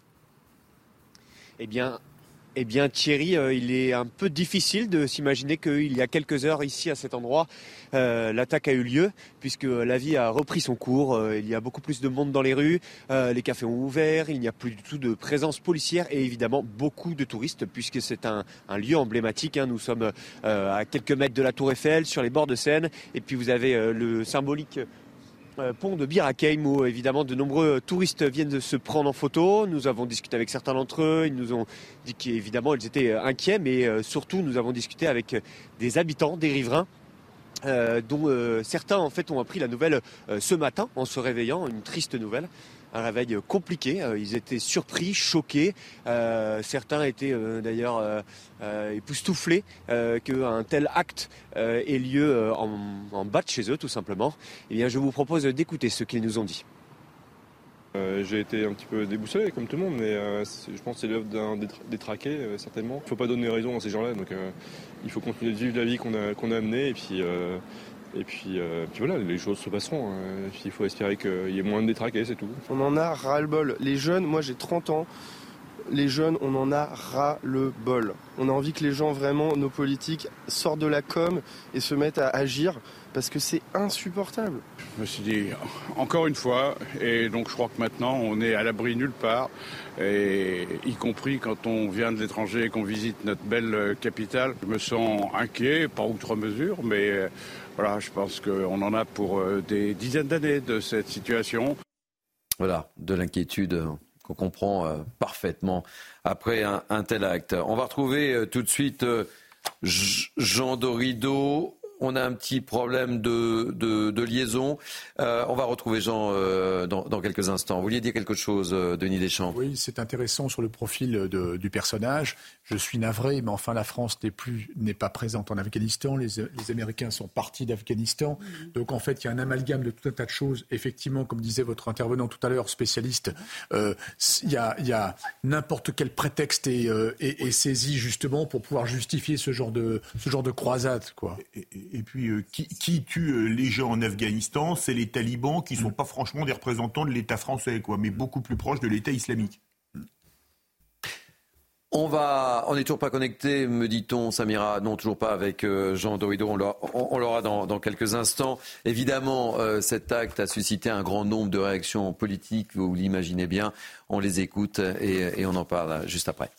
Eh bien... Eh bien Thierry, euh, il est un peu difficile de s'imaginer qu'il y a quelques heures ici à cet endroit, euh, l'attaque a eu lieu puisque la vie a repris son cours. Euh, il y a beaucoup plus de monde dans les rues, euh, les cafés ont ouvert, il n'y a plus du tout de présence policière et évidemment beaucoup de touristes puisque c'est un, un lieu emblématique. Hein. Nous sommes euh, à quelques mètres de la Tour Eiffel, sur les bords de Seine et puis vous avez euh, le symbolique pont de Bir Hakeim où évidemment de nombreux touristes viennent de se prendre en photo. Nous avons discuté avec certains d'entre eux, ils nous ont dit qu'évidemment ils étaient inquiets, mais surtout nous avons discuté avec des habitants, des riverains, euh, dont euh, certains en fait ont appris la nouvelle euh, ce matin en se réveillant, une triste nouvelle. Un réveil compliqué, ils étaient surpris, choqués, euh, certains étaient euh, d'ailleurs euh, euh, époustouflés euh, qu'un tel acte euh, ait lieu euh, en, en bas de chez eux tout simplement. Eh bien, je vous propose d'écouter ce qu'ils nous ont dit. Euh, j'ai été un petit peu déboussolé comme tout le monde, mais euh, je pense que c'est l'œuvre d'un détraqué euh, certainement. Il ne faut pas donner raison à ces gens-là, donc euh, il faut continuer de vivre la vie qu'on a, qu'on a amenée et puis... Euh, Et puis, euh, puis voilà, les choses se passeront. Euh, il faut espérer qu'il y ait moins de détraqués, c'est tout. On en a ras-le-bol. Les jeunes, moi j'ai trente ans. les jeunes, on en a ras le bol. On a envie que les gens, vraiment, nos politiques, sortent de la com et se mettent à agir parce que c'est insupportable. Je me suis dit, encore une fois, et donc je crois que maintenant on est à l'abri nulle part, et y compris quand on vient de l'étranger et qu'on visite notre belle capitale. Je me sens inquiet, pas outre mesure, mais voilà, je pense qu'on en a pour des dizaines d'années de cette situation. Voilà, de l'inquiétude qu'on comprend euh, parfaitement après un, un tel acte. On va retrouver euh, tout de suite euh, Jean Dorido. On a un petit problème de, de, de liaison. Euh, on va retrouver Jean euh, dans, dans quelques instants. Vous vouliez dire quelque chose, euh, Denis Deschamps ? Oui, c'est intéressant sur le profil de, du personnage. Je suis navré, mais enfin la France n'est plus n'est pas présente en Afghanistan. Les, les Américains sont partis d'Afghanistan. Mmh. Donc en fait, il y a un amalgame de tout un tas de choses. Effectivement, comme disait votre intervenant tout à l'heure, spécialiste, euh, il y a, il y a n'importe quel prétexte est, euh, est, est saisi justement pour pouvoir justifier ce genre de, ce genre de croisade, quoi. Et, et, Et puis, euh, qui, qui tue euh, les gens en Afghanistan ? C'est les talibans qui ne sont pas franchement des représentants de l'État français, quoi, mais beaucoup plus proches de l'État islamique. On va, on n'est toujours pas connecté, me dit-on, Samira. Non, toujours pas avec euh, Jean Dorido. On l'aura, on, on l'aura dans, dans quelques instants. Évidemment, euh, cet acte a suscité un grand nombre de réactions politiques. Vous l'imaginez bien. On les écoute et, et on en parle juste après.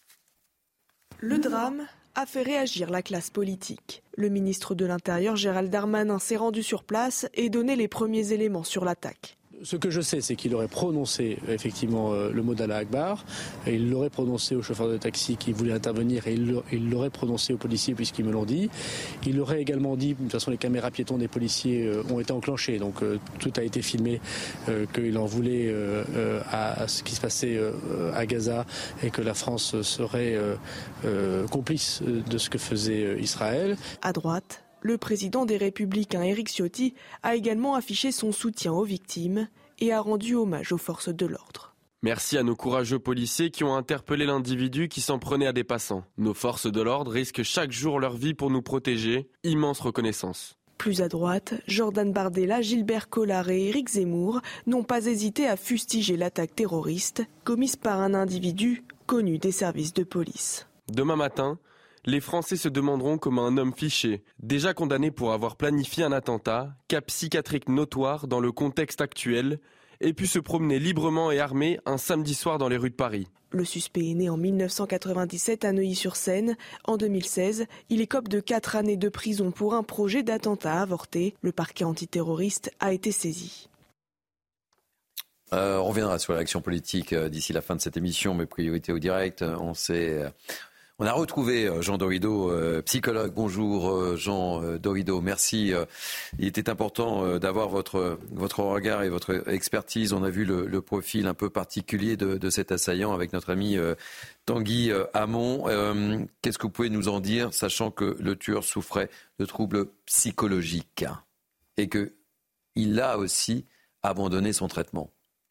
Le drame a fait réagir la classe politique. Le ministre de l'Intérieur, Gérald Darmanin, s'est rendu sur place et donné les premiers éléments sur l'attaque. Ce que je sais, c'est qu'il aurait prononcé effectivement euh, le mot d'Allah Akbar, et il l'aurait prononcé au chauffeur de taxi qui voulait intervenir, et il l'aurait prononcé aux policiers puisqu'ils me l'ont dit. Il aurait également dit, de toute façon les caméras piétons des policiers euh, ont été enclenchées, donc euh, tout a été filmé, euh, qu'il en voulait euh, euh, à, à ce qui se passait euh, à Gaza, et que la France serait euh, euh, complice de ce que faisait euh, Israël. À droite, le président des Républicains, Éric Ciotti, a également affiché son soutien aux victimes et a rendu hommage aux forces de l'ordre. Merci à nos courageux policiers qui ont interpellé l'individu qui s'en prenait à des passants. Nos forces de l'ordre risquent chaque jour leur vie pour nous protéger. Immense reconnaissance. Plus à droite, Jordan Bardella, Gilbert Collard et Éric Zemmour n'ont pas hésité à fustiger l'attaque terroriste commise par un individu connu des services de police. Demain matin, les Français se demanderont comment un homme fiché, déjà condamné pour avoir planifié un attentat, cas psychiatrique notoire dans le contexte actuel, ait pu se promener librement et armé un samedi soir dans les rues de Paris. Le suspect est né en mille neuf cent quatre-vingt-dix-sept à Neuilly-sur-Seine. En deux mille seize, il écope de quatre années de prison pour un projet d'attentat avorté. Le parquet antiterroriste a été saisi. Euh, on reviendra sur l'action politique euh, d'ici la fin de cette émission, mais priorité au direct. On sait... Euh On a retrouvé Jean Dorido, euh, psychologue. Bonjour euh, Jean euh, Dorido, merci. Euh, il était important euh, d'avoir votre, votre regard et votre expertise. On a vu le, le profil un peu particulier de, de cet assaillant avec notre ami euh, Tanguy euh, Hamon. Euh, qu'est-ce que vous pouvez nous en dire, sachant que le tueur souffrait de troubles psychologiques et qu'il a aussi abandonné son traitement?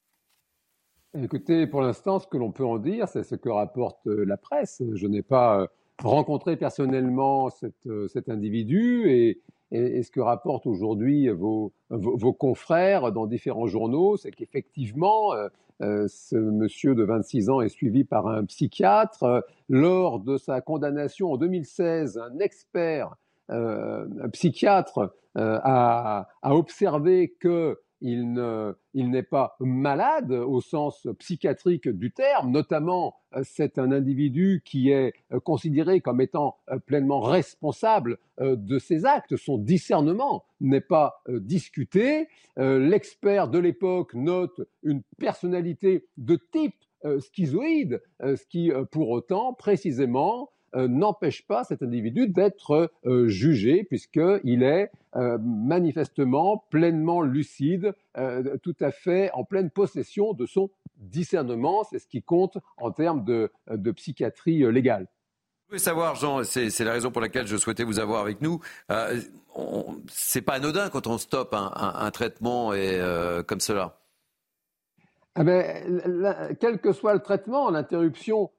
Écoutez, pour l'instant, ce que l'on peut en dire, c'est ce que rapporte la presse. Je n'ai pas rencontré personnellement cette, cet individu et, et, et ce que rapportent aujourd'hui vos, vos, vos confrères dans différents journaux, c'est qu'effectivement, euh, ce monsieur de vingt-six ans est suivi par un psychiatre. Lors de sa condamnation en deux mille seize, un expert, euh, un psychiatre, euh, a, a observé que Il, ne, il n'est pas malade au sens psychiatrique du terme, notamment c'est un individu qui est considéré comme étant pleinement responsable de ses actes, son discernement n'est pas discuté. L'expert de l'époque note une personnalité de type schizoïde, ce qui pour autant précisément Euh, n'empêche pas cet individu d'être euh, jugé puisqu'il est euh, manifestement pleinement lucide, euh, tout à fait en pleine possession de son discernement. C'est ce qui compte en termes de, de psychiatrie euh, légale. Vous pouvez savoir, Jean, c'est, c'est la raison pour laquelle je souhaitais vous avoir avec nous. Euh, on, c'est pas anodin quand on stoppe un, un, un traitement et, euh, comme cela. Ah ben, la, quel que soit le traitement, l'interruption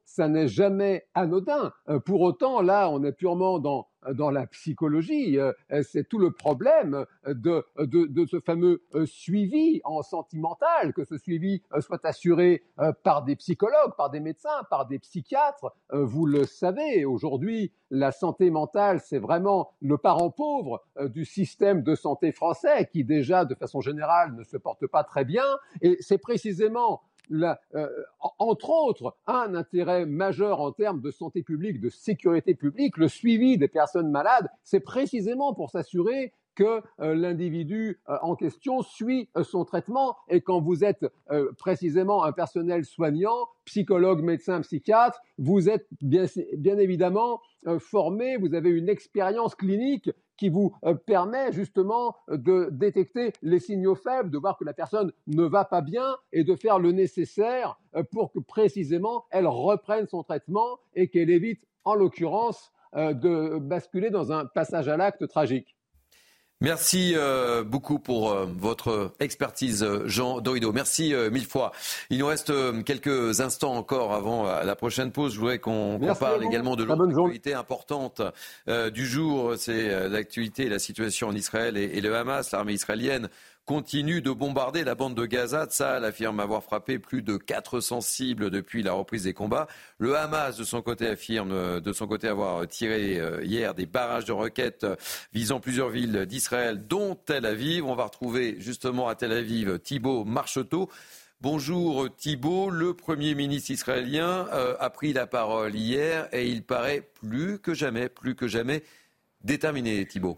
ça n'est jamais anodin. Euh, pour autant, là, on est purement dans, dans la psychologie. Euh, c'est tout le problème de, de, de ce fameux euh, suivi en sentimental, que ce suivi euh, soit assuré euh, par des psychologues, par des médecins, par des psychiatres. Euh, vous le savez, aujourd'hui, la santé mentale, c'est vraiment le parent pauvre euh, du système de santé français qui déjà, de façon générale, ne se porte pas très bien. Et c'est précisément La, euh, entre autres, un intérêt majeur en termes de santé publique, de sécurité publique, le suivi des personnes malades, c'est précisément pour s'assurer que euh, l'individu euh, en question suit euh, son traitement. Et quand vous êtes euh, précisément un personnel soignant, psychologue, médecin, psychiatre, vous êtes bien, bien évidemment euh, formé, vous avez une expérience clinique qui vous euh, permet justement de détecter les signaux faibles, de voir que la personne ne va pas bien et de faire le nécessaire euh, pour que précisément elle reprenne son traitement et qu'elle évite, en l'occurrence, euh, de basculer dans un passage à l'acte tragique. Merci euh, beaucoup pour euh, votre expertise, Jean Dorido. Merci euh, mille fois. Il nous reste euh, quelques instants encore avant euh, la prochaine pause. Je voudrais qu'on, qu'on parle également de l'autre actualité importante euh, du jour. C'est euh, l'actualité et la situation en Israël et, et le Hamas, l'armée israélienne continue de bombarder la bande de Gaza. Tsahal affirme avoir frappé plus de quatre cents cibles depuis la reprise des combats. Le Hamas, de son côté, affirme de son côté avoir tiré hier des barrages de roquettes visant plusieurs villes d'Israël, dont Tel Aviv. On va retrouver justement à Tel Aviv Thibault Marcheteau. Bonjour Thibault, le Premier ministre israélien euh, a pris la parole hier et il paraît plus que jamais, plus que jamais déterminé, Thibault.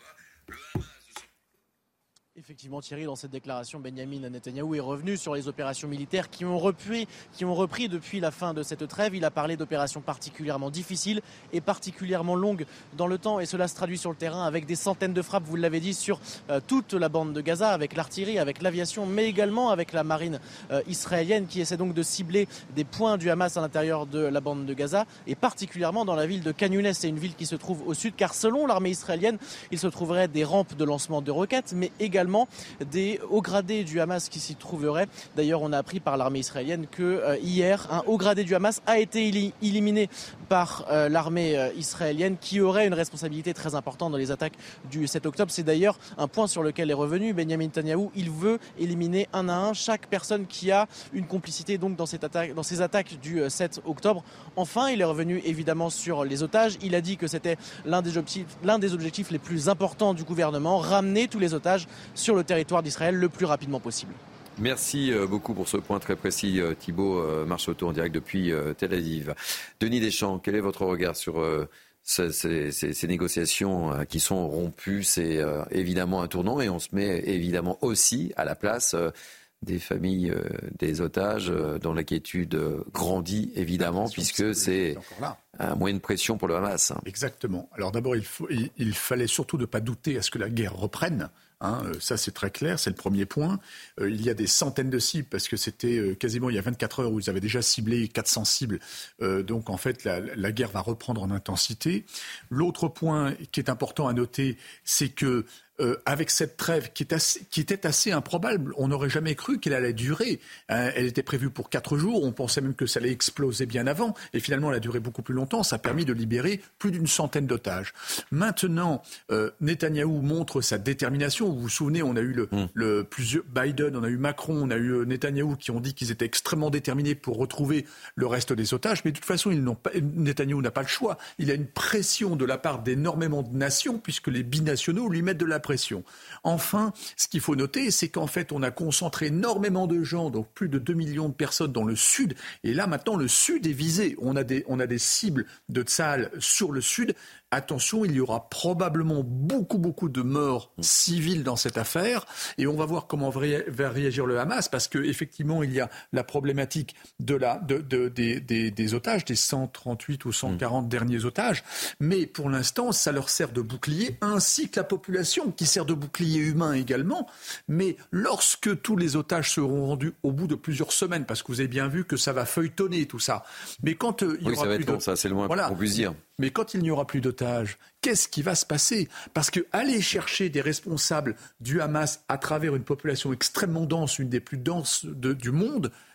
Effectivement, Thierry, dans cette déclaration, Benyamin Netanyahou est revenu sur les opérations militaires qui ont repris, qui ont repris depuis la fin de cette trêve. Il a parlé d'opérations particulièrement difficiles et particulièrement longues dans le temps. Et cela se traduit sur le terrain avec des centaines de frappes, vous l'avez dit, sur euh, toute la bande de Gaza, avec l'artillerie, avec l'aviation, mais également avec la marine euh, israélienne qui essaie donc de cibler des points du Hamas à l'intérieur de la bande de Gaza, et particulièrement dans la ville de Khan Younes. C'est une ville qui se trouve au sud, car selon l'armée israélienne, il se trouverait des rampes de lancement de roquettes, mais également des hauts gradés du Hamas qui s'y trouveraient. D'ailleurs, on a appris par l'armée israélienne que euh, hier, un haut gradé du Hamas a été éli- éliminé par euh, l'armée euh, israélienne, qui aurait une responsabilité très importante dans les attaques du sept octobre. C'est d'ailleurs un point sur lequel est revenu Benyamin Netanyahou. Il veut éliminer un à un chaque personne qui a une complicité donc dans, cette attaque, dans ces attaques du euh, sept octobre. Enfin, il est revenu évidemment sur les otages. Il a dit que c'était l'un des objectifs, l'un des objectifs les plus importants du gouvernement, ramener tous les otages sur le territoire d'Israël le plus rapidement possible. Merci beaucoup pour ce point très précis, Thibault Marcheteau, en direct depuis Tel Aviv. Denis Deschamps, quel est votre regard sur ces, ces, ces négociations qui sont rompues? C'est évidemment un tournant et on se met évidemment aussi à la place des familles des otages dont l'inquiétude grandit évidemment, puisque c'est un moyen de pression pour le Hamas. Exactement. Alors d'abord, il, faut, il, il fallait surtout ne pas douter à ce que la guerre reprenne. Hein, ça, c'est très clair, c'est le premier point. Euh, il y a des centaines de cibles, parce que c'était euh, quasiment il y a vingt-quatre heures où ils avaient déjà ciblé quatre cents cibles. Euh, donc, en fait, la, la guerre va reprendre en intensité. L'autre point qui est important à noter, c'est que Euh, avec cette trêve qui, est assez, qui était assez improbable, on n'aurait jamais cru qu'elle allait durer. Hein, elle était prévue pour quatre jours, on pensait même que ça allait exploser bien avant, et finalement elle a duré beaucoup plus longtemps. Ça a permis de libérer plus d'une centaine d'otages. Maintenant, euh, Netanyahou montre sa détermination. Vous vous souvenez, on a eu le, mmh. le plusieurs Biden, on a eu Macron, on a eu Netanyahou qui ont dit qu'ils étaient extrêmement déterminés pour retrouver le reste des otages, mais de toute façon, ils n'ont pas, Netanyahou n'a pas le choix. Il a une pression de la part d'énormément de nations, puisque les binationaux lui mettent de la pression. Enfin, ce qu'il faut noter, c'est qu'en fait, on a concentré énormément de gens, donc plus de deux millions de personnes dans le sud. Et là, maintenant, le sud est visé. On a des, on a des cibles de Tsahal sur le sud. Attention, il y aura probablement beaucoup, beaucoup de morts civiles dans cette affaire. Et on va voir comment va réagir le Hamas, parce qu'effectivement, il y a la problématique de la, de, de, des, des, des otages, des cent trente-huit ou cent quarante mmh. derniers otages. Mais pour l'instant, ça leur sert de bouclier, ainsi que la population, qui sert de bouclier humain également. Mais lorsque tous les otages seront rendus au bout de plusieurs semaines, parce que vous avez bien vu que ça va feuilletonner tout ça. Mais quand euh, il y oui, aura ça va plus être long, de... ça, c'est le moins voilà. qu'on puisse dire. Mais quand il n'y aura plus d'otages, qu'est-ce qui va se passer ? Parce que aller chercher des responsables du Hamas à travers une population extrêmement dense, une des plus denses de, du monde,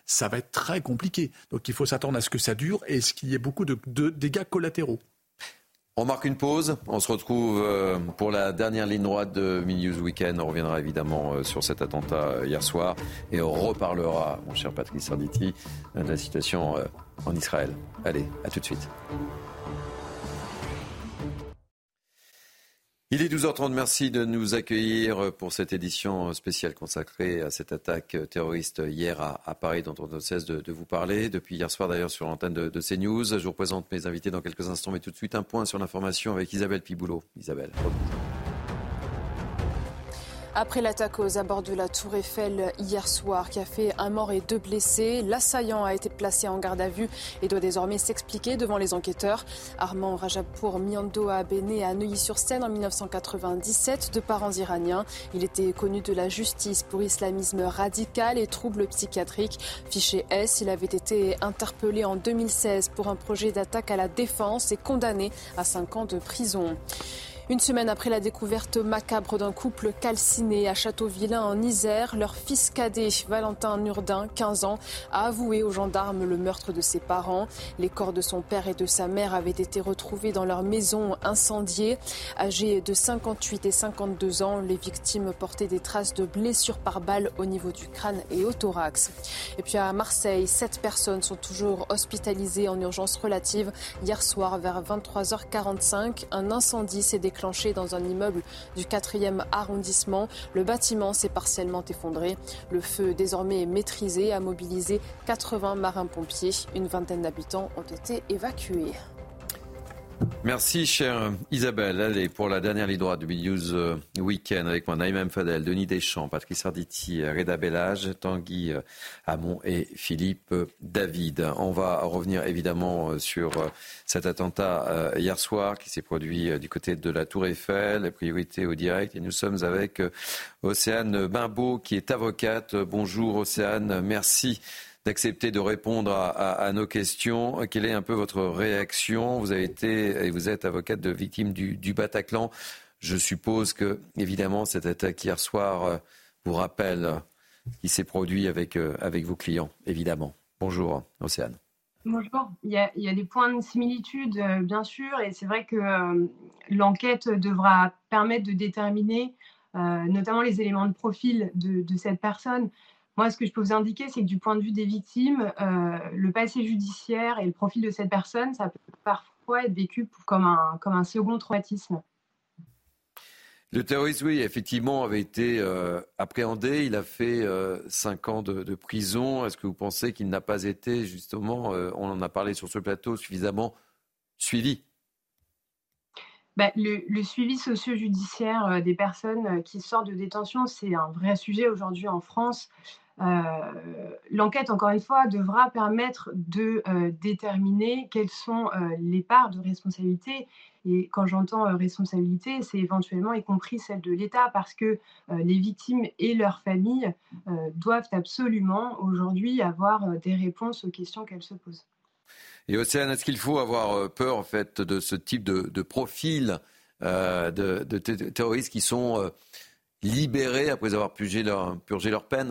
ça va être très compliqué. Donc il faut s'attendre à ce que ça dure et à ce qu'il y ait beaucoup de, de dégâts collatéraux. On marque une pause, on se retrouve pour la dernière ligne droite de Midi News Weekend. On reviendra évidemment sur cet attentat hier soir et on reparlera, mon cher Patrice Arditi, de la situation en Israël. Allez, à tout de suite. Il est douze heures trente, merci de nous accueillir pour cette édition spéciale consacrée à cette attaque terroriste hier à, à Paris dont on ne cesse de, de vous parler. Depuis hier soir d'ailleurs sur l'antenne de, de CNews. Je vous présente mes invités dans quelques instants, mais tout de suite un point sur l'information avec Isabelle Piboulot. Isabelle. Après l'attaque aux abords de la Tour Eiffel hier soir qui a fait un mort et deux blessés, l'assaillant a été placé en garde à vue et doit désormais s'expliquer devant les enquêteurs. Armand Rajapour Miandoab est né à Neuilly-sur-Seine en dix-neuf cent quatre-vingt-dix-sept de parents iraniens. Il était connu de la justice pour islamisme radical et troubles psychiatriques. Fiché S, il avait été interpellé en deux mille seize pour un projet d'attaque à la défense et condamné à cinq ans de prison. Une semaine après la découverte macabre d'un couple calciné à Châteauvillain en Isère, leur fils cadet, Valentin Nurdin, quinze ans, a avoué aux gendarmes le meurtre de ses parents. Les corps de son père et de sa mère avaient été retrouvés dans leur maison incendiée. Âgés de cinquante-huit et cinquante-deux ans, les victimes portaient des traces de blessures par balle au niveau du crâne et au thorax. Et puis à Marseille, sept personnes sont toujours hospitalisées en urgence relative. Hier soir, vers vingt-trois heures quarante-cinq, un incendie s'est déclaré déclenché dans un immeuble du quatrième arrondissement. Le bâtiment s'est partiellement effondré. Le feu désormais est maîtrisé, a mobilisé quatre-vingts marins-pompiers. Une vingtaine d'habitants ont été évacués. Merci chère Isabelle. Allez, pour la dernière ligne droite du Midi News Weekend avec moi, Naïma M. Fadel, Denis Deschamps, Patrice Arditi, Reda Bellage, Tanguy Hamon et Philippe David. On va revenir évidemment sur cet attentat hier soir qui s'est produit du côté de la Tour Eiffel, les priorités au direct. Et nous sommes avec Océane Bimbaud qui est avocate. Bonjour Océane, merci d'accepter de répondre à, à, à nos questions. Quelle est un peu votre réaction ? Vous avez été et vous êtes avocate de victimes du, du Bataclan. Je suppose que, évidemment, cette attaque hier soir vous rappelle ce qui s'est produit avec, avec vos clients, évidemment. Bonjour, Océane. Bonjour. Il y a, il y a des points de similitude, euh, bien sûr, et c'est vrai que euh, l'enquête devra permettre de déterminer euh, notamment les éléments de profil de, de cette personne. Moi, ce que je peux vous indiquer, c'est que du point de vue des victimes, euh, le passé judiciaire et le profil de cette personne, ça peut parfois être vécu comme un, comme un second traumatisme. Le terroriste, oui, effectivement, avait été euh, appréhendé. Il a fait euh, cinq ans de, de prison. Est-ce que vous pensez qu'il n'a pas été, justement, euh, on en a parlé sur ce plateau, suffisamment suivi ? Ben, le, le suivi socio-judiciaire euh, des personnes euh, qui sortent de détention, c'est un vrai sujet aujourd'hui en France. Euh, l'enquête, encore une fois, devra permettre de euh, déterminer quelles sont euh, les parts de responsabilité. Et quand j'entends euh, responsabilité, c'est éventuellement y compris celle de l'État, parce que euh, les victimes et leurs familles euh, doivent absolument aujourd'hui avoir euh, des réponses aux questions qu'elles se posent. Et Océane, est-ce qu'il faut avoir peur en fait de ce type de, de profil euh, de, de t- terroristes qui sont euh, libérés après avoir purgé leur, purgé leur peine ?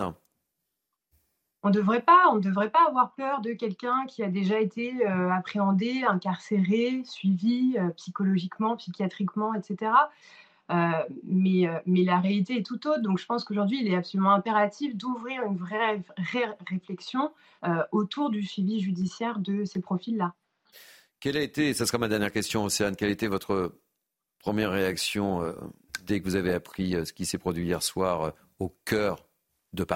On devrait pas, on ne devrait pas avoir peur de quelqu'un qui a déjà été euh, appréhendé, incarcéré, suivi euh, psychologiquement, psychiatriquement, et cetera. Euh, mais, euh, mais la réalité est tout autre. Donc je pense qu'aujourd'hui, il est absolument impératif d'ouvrir une vraie ré- réflexion euh, autour du suivi judiciaire de ces profils-là. Quelle a été, ça sera ma dernière question, Océane, quelle a été votre première réaction euh, dès que vous avez appris euh, ce qui s'est produit hier soir euh, au cœur de Paris ?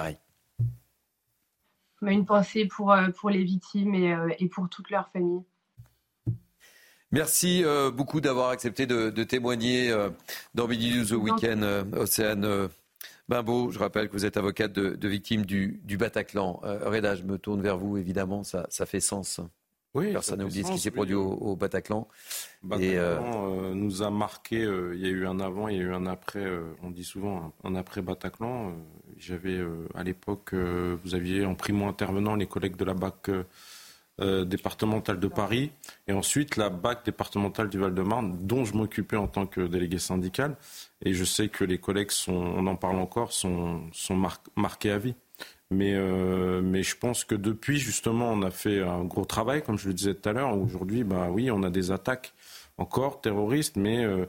Une pensée pour, pour les victimes et, et pour toute leur famille. Merci euh, beaucoup d'avoir accepté de, de témoigner euh, dans Midi News Weekend, euh, Océane euh, Bimbaud. Je rappelle que vous êtes avocate de, de victimes du, du Bataclan. Euh, Reda, je me tourne vers vous, évidemment, ça, ça fait sens. Oui, personne n'a oublié sens, ce qui s'est oui. produit au, au Bataclan. Bataclan et, euh... euh, nous a marqué, euh, il y a eu un avant, il y a eu un après, euh, on dit souvent un, un après Bataclan. Euh, j'avais euh, à l'époque, euh, vous aviez en primo-intervenant les collègues de la B A C euh, euh, départementale de Paris et ensuite la B A C départementale du Val-de-Marne dont je m'occupais en tant que délégué syndical. Et je sais que les collègues, sont, on en parle encore, sont, sont mar- marqués à vie. Mais, euh, mais je pense que depuis, justement, on a fait un gros travail, comme je le disais tout à l'heure. Aujourd'hui, bah oui, on a des attaques encore terroristes, mais euh,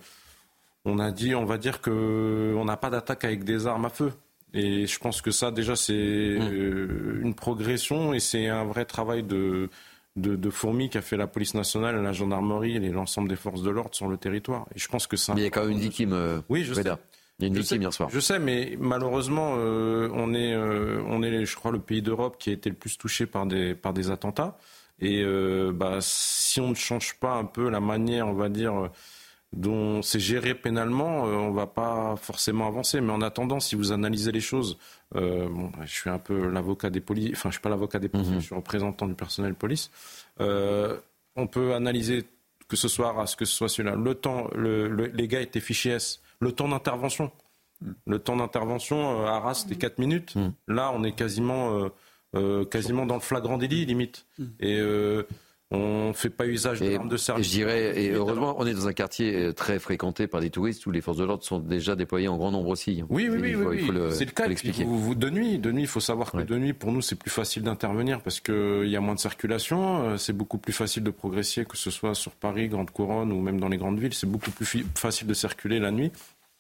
on a dit, on va dire qu'on n'a pas d'attaque avec des armes à feu. Et je pense que ça, déjà, c'est euh, une progression et c'est un vrai travail de, de, de fourmi qu'a fait la police nationale, la gendarmerie et l'ensemble des forces de l'ordre sur le territoire. Et je pense que ça. Mais il y a quand même une victime. Euh, oui, je sais. Il y a une je victime sais, hier soir. Je sais, mais malheureusement, euh, on est, euh, on est, je crois, le pays d'Europe qui a été le plus touché par des, par des attentats. Et euh, bah, si on ne change pas un peu la manière, on va dire, dont c'est géré pénalement, euh, on ne va pas forcément avancer. Mais en attendant, si vous analysez les choses, euh, bon, je suis un peu l'avocat des policiers, enfin, je suis pas l'avocat des policiers, mmh. je suis représentant du personnel police. Euh, on peut analyser que ce soit Arras, que ce soit celui-là. Le temps, le, le, les gars étaient fichés S. Le temps d'intervention. Mmh. Le temps d'intervention, euh, à Arras, c'était quatre minutes. Mmh. Là, on est quasiment, euh, euh, quasiment dans le flagrant délit, limite. Mmh. Et euh, on ne fait pas usage de l'arme de service. Et je dirais, et heureusement, on est dans un quartier très fréquenté par des touristes où les forces de l'ordre sont déjà déployées en grand nombre aussi. Oui, oui, oui. Il faut, oui, il faut le, c'est le cas. Vous, vous, de nuit, de nuit, il faut savoir que ouais. de nuit, pour nous, c'est plus facile d'intervenir parce qu'il y a moins de circulation. C'est beaucoup plus facile de progresser, que ce soit sur Paris, Grande Couronne ou même dans les grandes villes. C'est beaucoup plus fi- facile de circuler la nuit.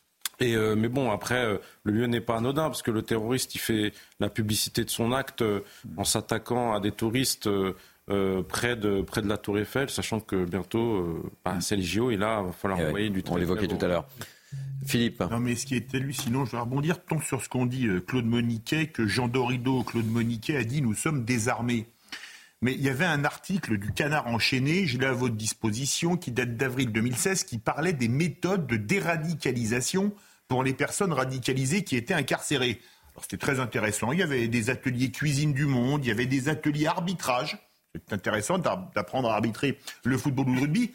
Et euh, mais bon, après, euh, le lieu n'est pas anodin parce que le terroriste, il fait la publicité de son acte euh, en s'attaquant à des touristes euh, euh, près de près de la Tour Eiffel, sachant que bientôt, euh, bah, c'est les J O et là, il va falloir envoyer ouais, du travail. On l'évoquait tout à l'heure. Philippe. Non, mais ce qui est hallucinant, je vais rebondir tant sur ce qu'ont dit euh, Claude Moniquet que Jean Dorido, Claude Moniquet a dit « Nous sommes désarmés ». Mais il y avait un article du Canard enchaîné, je l'ai à votre disposition, qui date d'avril deux mille seize, qui parlait des méthodes de déradicalisation pour les personnes radicalisées qui étaient incarcérées. Alors c'était très intéressant. Il y avait des ateliers cuisine du monde, il y avait des ateliers arbitrage. C'est intéressant d'apprendre à arbitrer le football ou le rugby.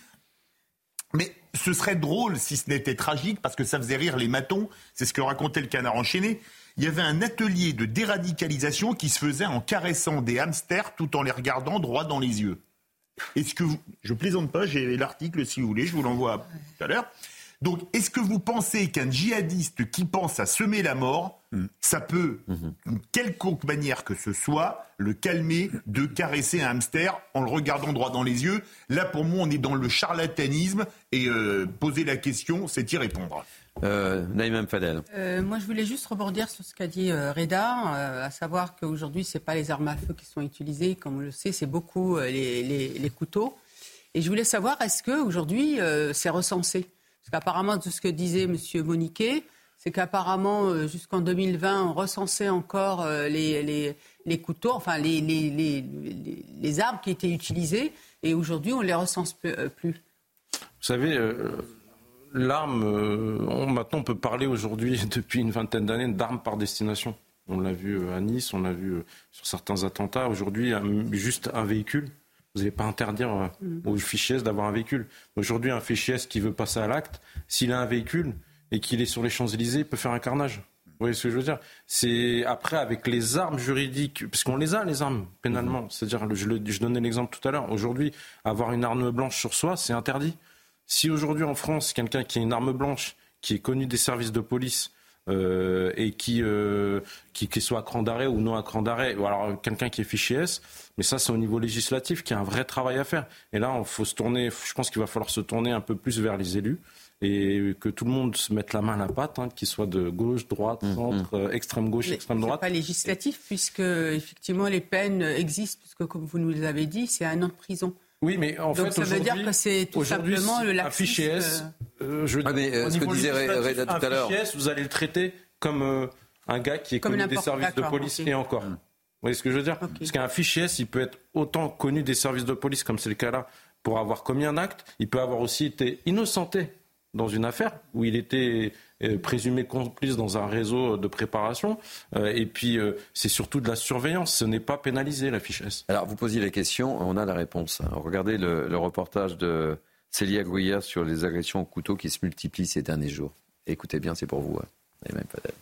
Mais ce serait drôle si ce n'était tragique, parce que ça faisait rire les matons. C'est ce que racontait le Canard enchaîné. Il y avait un atelier de déradicalisation qui se faisait en caressant des hamsters tout en les regardant droit dans les yeux. Est-ce que vous... Je plaisante pas, j'ai l'article si vous voulez, je vous l'envoie tout à l'heure. Donc, est-ce que vous pensez qu'un djihadiste qui pense à semer la mort, mmh. ça peut, mmh. d'une quelconque manière que ce soit, le calmer de caresser un hamster en le regardant droit dans les yeux? Là, pour moi, on est dans le charlatanisme et euh, poser la question, c'est y répondre. Euh, Naïma Fadel. Euh, moi, je voulais juste rebondir sur ce qu'a dit euh, Reda, euh, à savoir qu'aujourd'hui, ce n'est pas les armes à feu qui sont utilisées, comme on le sait, c'est beaucoup euh, les, les, les couteaux. Et je voulais savoir, est-ce qu'aujourd'hui, euh, c'est recensé ? Parce qu'apparemment, tout ce que disait M. Moniquet, c'est qu'apparemment, euh, jusqu'en deux mille vingt, on recensait encore euh, les, les, les couteaux, enfin les, les, les, les, les armes qui étaient utilisées, et aujourd'hui, on ne les recense plus. Euh, plus. Vous savez, euh, l'arme, euh, on, maintenant, on peut parler aujourd'hui, depuis une vingtaine d'années, d'armes par destination. On l'a vu à Nice, on l'a vu sur certains attentats. Aujourd'hui, un, juste un véhicule. Vous n'allez pas interdire euh, mmh. aux fichiers S d'avoir un véhicule. Aujourd'hui, un fichier S qui veut passer à l'acte, s'il a un véhicule et qu'il est sur les Champs-Élysées, il peut faire un carnage. Vous voyez ce que je veux dire ? C'est après, avec les armes juridiques, parce qu'on les a, les armes, pénalement. Mmh. C'est-à-dire, je, le, je donnais l'exemple tout à l'heure. Aujourd'hui, avoir une arme blanche sur soi, c'est interdit. Si aujourd'hui, en France, quelqu'un qui a une arme blanche, qui est connu des services de police, Euh, et qui, euh, qui, qui soit à cran d'arrêt ou non à cran d'arrêt, ou alors quelqu'un qui est fiché S, mais ça c'est au niveau législatif qu'il y a un vrai travail à faire. Et là, il faut se tourner, je pense qu'il va falloir se tourner un peu plus vers les élus et que tout le monde se mette la main à la pâte, hein, qu'il soit de gauche, droite, centre, mmh. extrême gauche, mais extrême droite. C'est pas législatif puisque effectivement les peines existent, puisque comme vous nous l'avez dit, c'est un an de prison. Oui, mais en Donc fait, ça veut dire que c'est tout simplement le laxisme. Un fichier S, euh, je veux ah, mais, euh, ce que disait Reda tout à l'heure. Un fichier S, vous allez le traiter comme euh, un gars qui est comme connu des services de police okay. et encore. Mmh. Vous voyez ce que je veux dire ? Okay. Parce qu'un fichier S, il peut être autant connu des services de police, comme c'est le cas là, pour avoir commis un acte. Il peut avoir aussi été innocenté dans une affaire où il était euh, présumé complice dans un réseau de préparation. Euh, et puis, euh, c'est surtout de la surveillance. Ce n'est pas pénalisé, la fiche S. Alors, vous posiez la question, on a la réponse. Regardez le, le reportage de Célia Gouillard sur les agressions au couteau qui se multiplient ces derniers jours. Écoutez bien, c'est pour vous. Hein.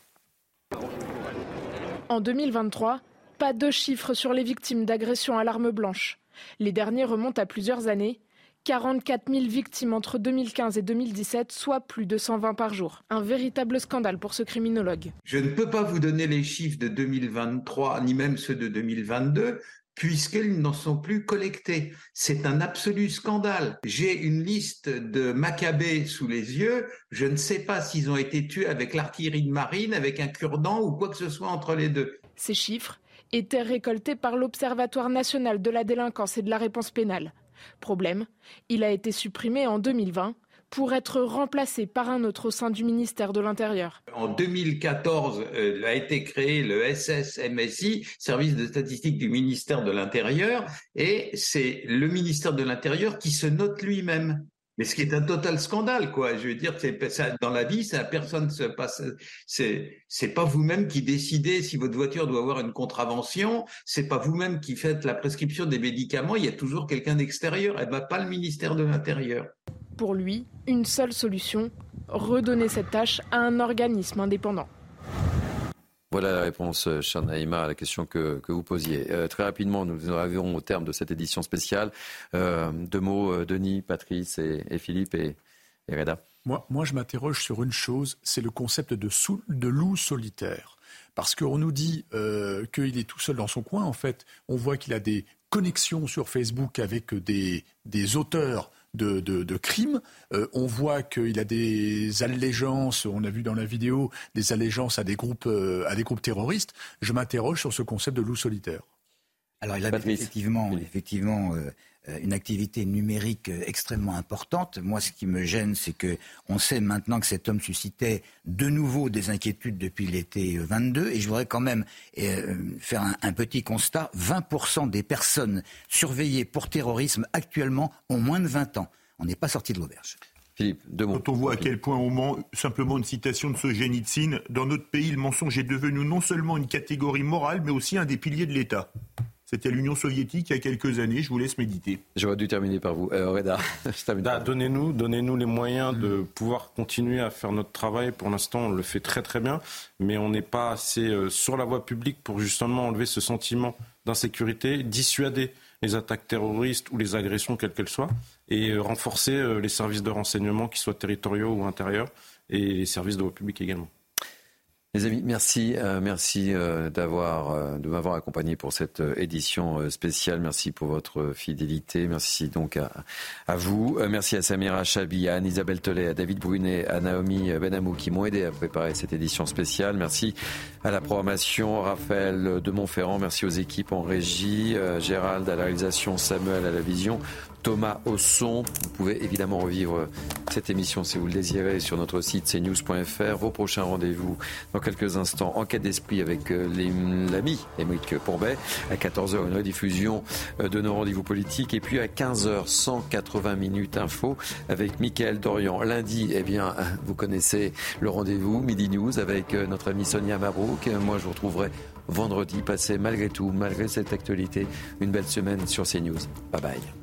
En deux mille vingt-trois, pas de chiffres sur les victimes d'agressions à l'arme blanche. Les derniers remontent à plusieurs années. quarante-quatre mille victimes entre deux mille quinze et deux mille dix-sept, soit plus de cent vingt par jour. Un véritable scandale pour ce criminologue. Je ne peux pas vous donner les chiffres de deux mille vingt-trois, ni même ceux de deux mille vingt-deux, puisqu'ils n'en sont plus collectés. C'est un absolu scandale. J'ai une liste de Maccabées sous les yeux. Je ne sais pas s'ils ont été tués avec l'artillerie de marine, avec un cure-dent ou quoi que ce soit entre les deux. Ces chiffres étaient récoltés par l'Observatoire national de la délinquance et de la réponse pénale. Problème, il a été supprimé en deux mille vingt pour être remplacé par un autre au sein du ministère de l'Intérieur. En deux mille quatorze, euh, a été créé le S S M S I, Service de statistique du ministère de l'Intérieur, et c'est le ministère de l'Intérieur qui se note lui-même. Mais ce qui est un total scandale, quoi. Je veux dire, c'est, ça, dans la vie, ça, personne se passe. C'est, c'est pas vous-même qui décidez si votre voiture doit avoir une contravention. C'est pas vous-même qui faites la prescription des médicaments. Il y a toujours quelqu'un d'extérieur. Et ben, pas le ministère de l'Intérieur. Pour lui, une seule solution, redonner cette tâche à un organisme indépendant. Voilà la réponse, chère Naïma, à la question que, que vous posiez. Euh, très rapidement, nous arrivons au terme de cette édition spéciale. Euh, deux mots, Denis, Patrice et, et Philippe et, et Reda. Moi, moi, je m'interroge sur une chose, c'est le concept de, sou, de loup solitaire. Parce qu'on nous dit euh, qu'il est tout seul dans son coin. En fait, on voit qu'il a des connexions sur Facebook avec des, des auteurs De, de, de crimes. Euh, on voit qu'il a des allégeances, on a vu dans la vidéo, des allégeances à des groupes, euh, à des groupes terroristes. Je m'interroge sur ce concept de loup solitaire. Alors il a effectivement, effectivement euh, une activité numérique extrêmement importante. Moi, ce qui me gêne, c'est que on sait maintenant que cet homme suscitait de nouveau des inquiétudes depuis l'été vingt-deux. Et je voudrais quand même euh, faire un, un petit constat. vingt pour cent des personnes surveillées pour terrorisme actuellement ont moins de vingt ans. On n'est pas sorti de l'auberge. Philippe, deux mots. Quand on voit à quel point on ment, simplement une citation de Solzhenitsyn, dans notre pays, le mensonge est devenu non seulement une catégorie morale, mais aussi un des piliers de l'État. C'était l'Union soviétique il y a quelques années. Je vous laisse méditer. J'aurais dû terminer par vous. Euh, Reda, je termine par vous. Donnez-nous, donnez-nous les moyens de pouvoir continuer à faire notre travail. Pour l'instant, on le fait très très bien, mais on n'est pas assez euh, sur la voie publique pour justement enlever ce sentiment d'insécurité, dissuader les attaques terroristes ou les agressions, quelles qu'elles soient, et euh, renforcer euh, les services de renseignement, qu'ils soient territoriaux ou intérieurs, et les services de voie publique également. Les amis, merci, euh, merci euh, d'avoir, euh, de m'avoir accompagné pour cette euh, édition euh, spéciale. Merci pour votre fidélité. Merci donc à, à vous. Euh, merci à Samira Chabi, à Anne-Isabelle Tollet, à David Brunet, à Naomi Benamou qui m'ont aidé à préparer cette édition spéciale. Merci à la programmation, Raphaël de Montferrand. Merci aux équipes en régie, euh, Gérald à la réalisation, Samuel à la vision, Thomas au son. Vous pouvez évidemment revivre cette émission si vous le désirez sur notre site c news point f r. Vos prochains rendez-vous dans quelques instants. Enquête d'esprit avec l'ami Émeric Pourbet. À quatorze heures, une rediffusion de nos rendez-vous politiques. Et puis à quinze heures, cent quatre-vingts minutes info avec Mickaël Dorian. Lundi, eh bien, vous connaissez le rendez-vous Midi News avec notre amie Sonia Mabrouk. Moi, je vous retrouverai vendredi. Passez malgré tout, malgré cette actualité, une belle semaine sur CNews. Bye bye.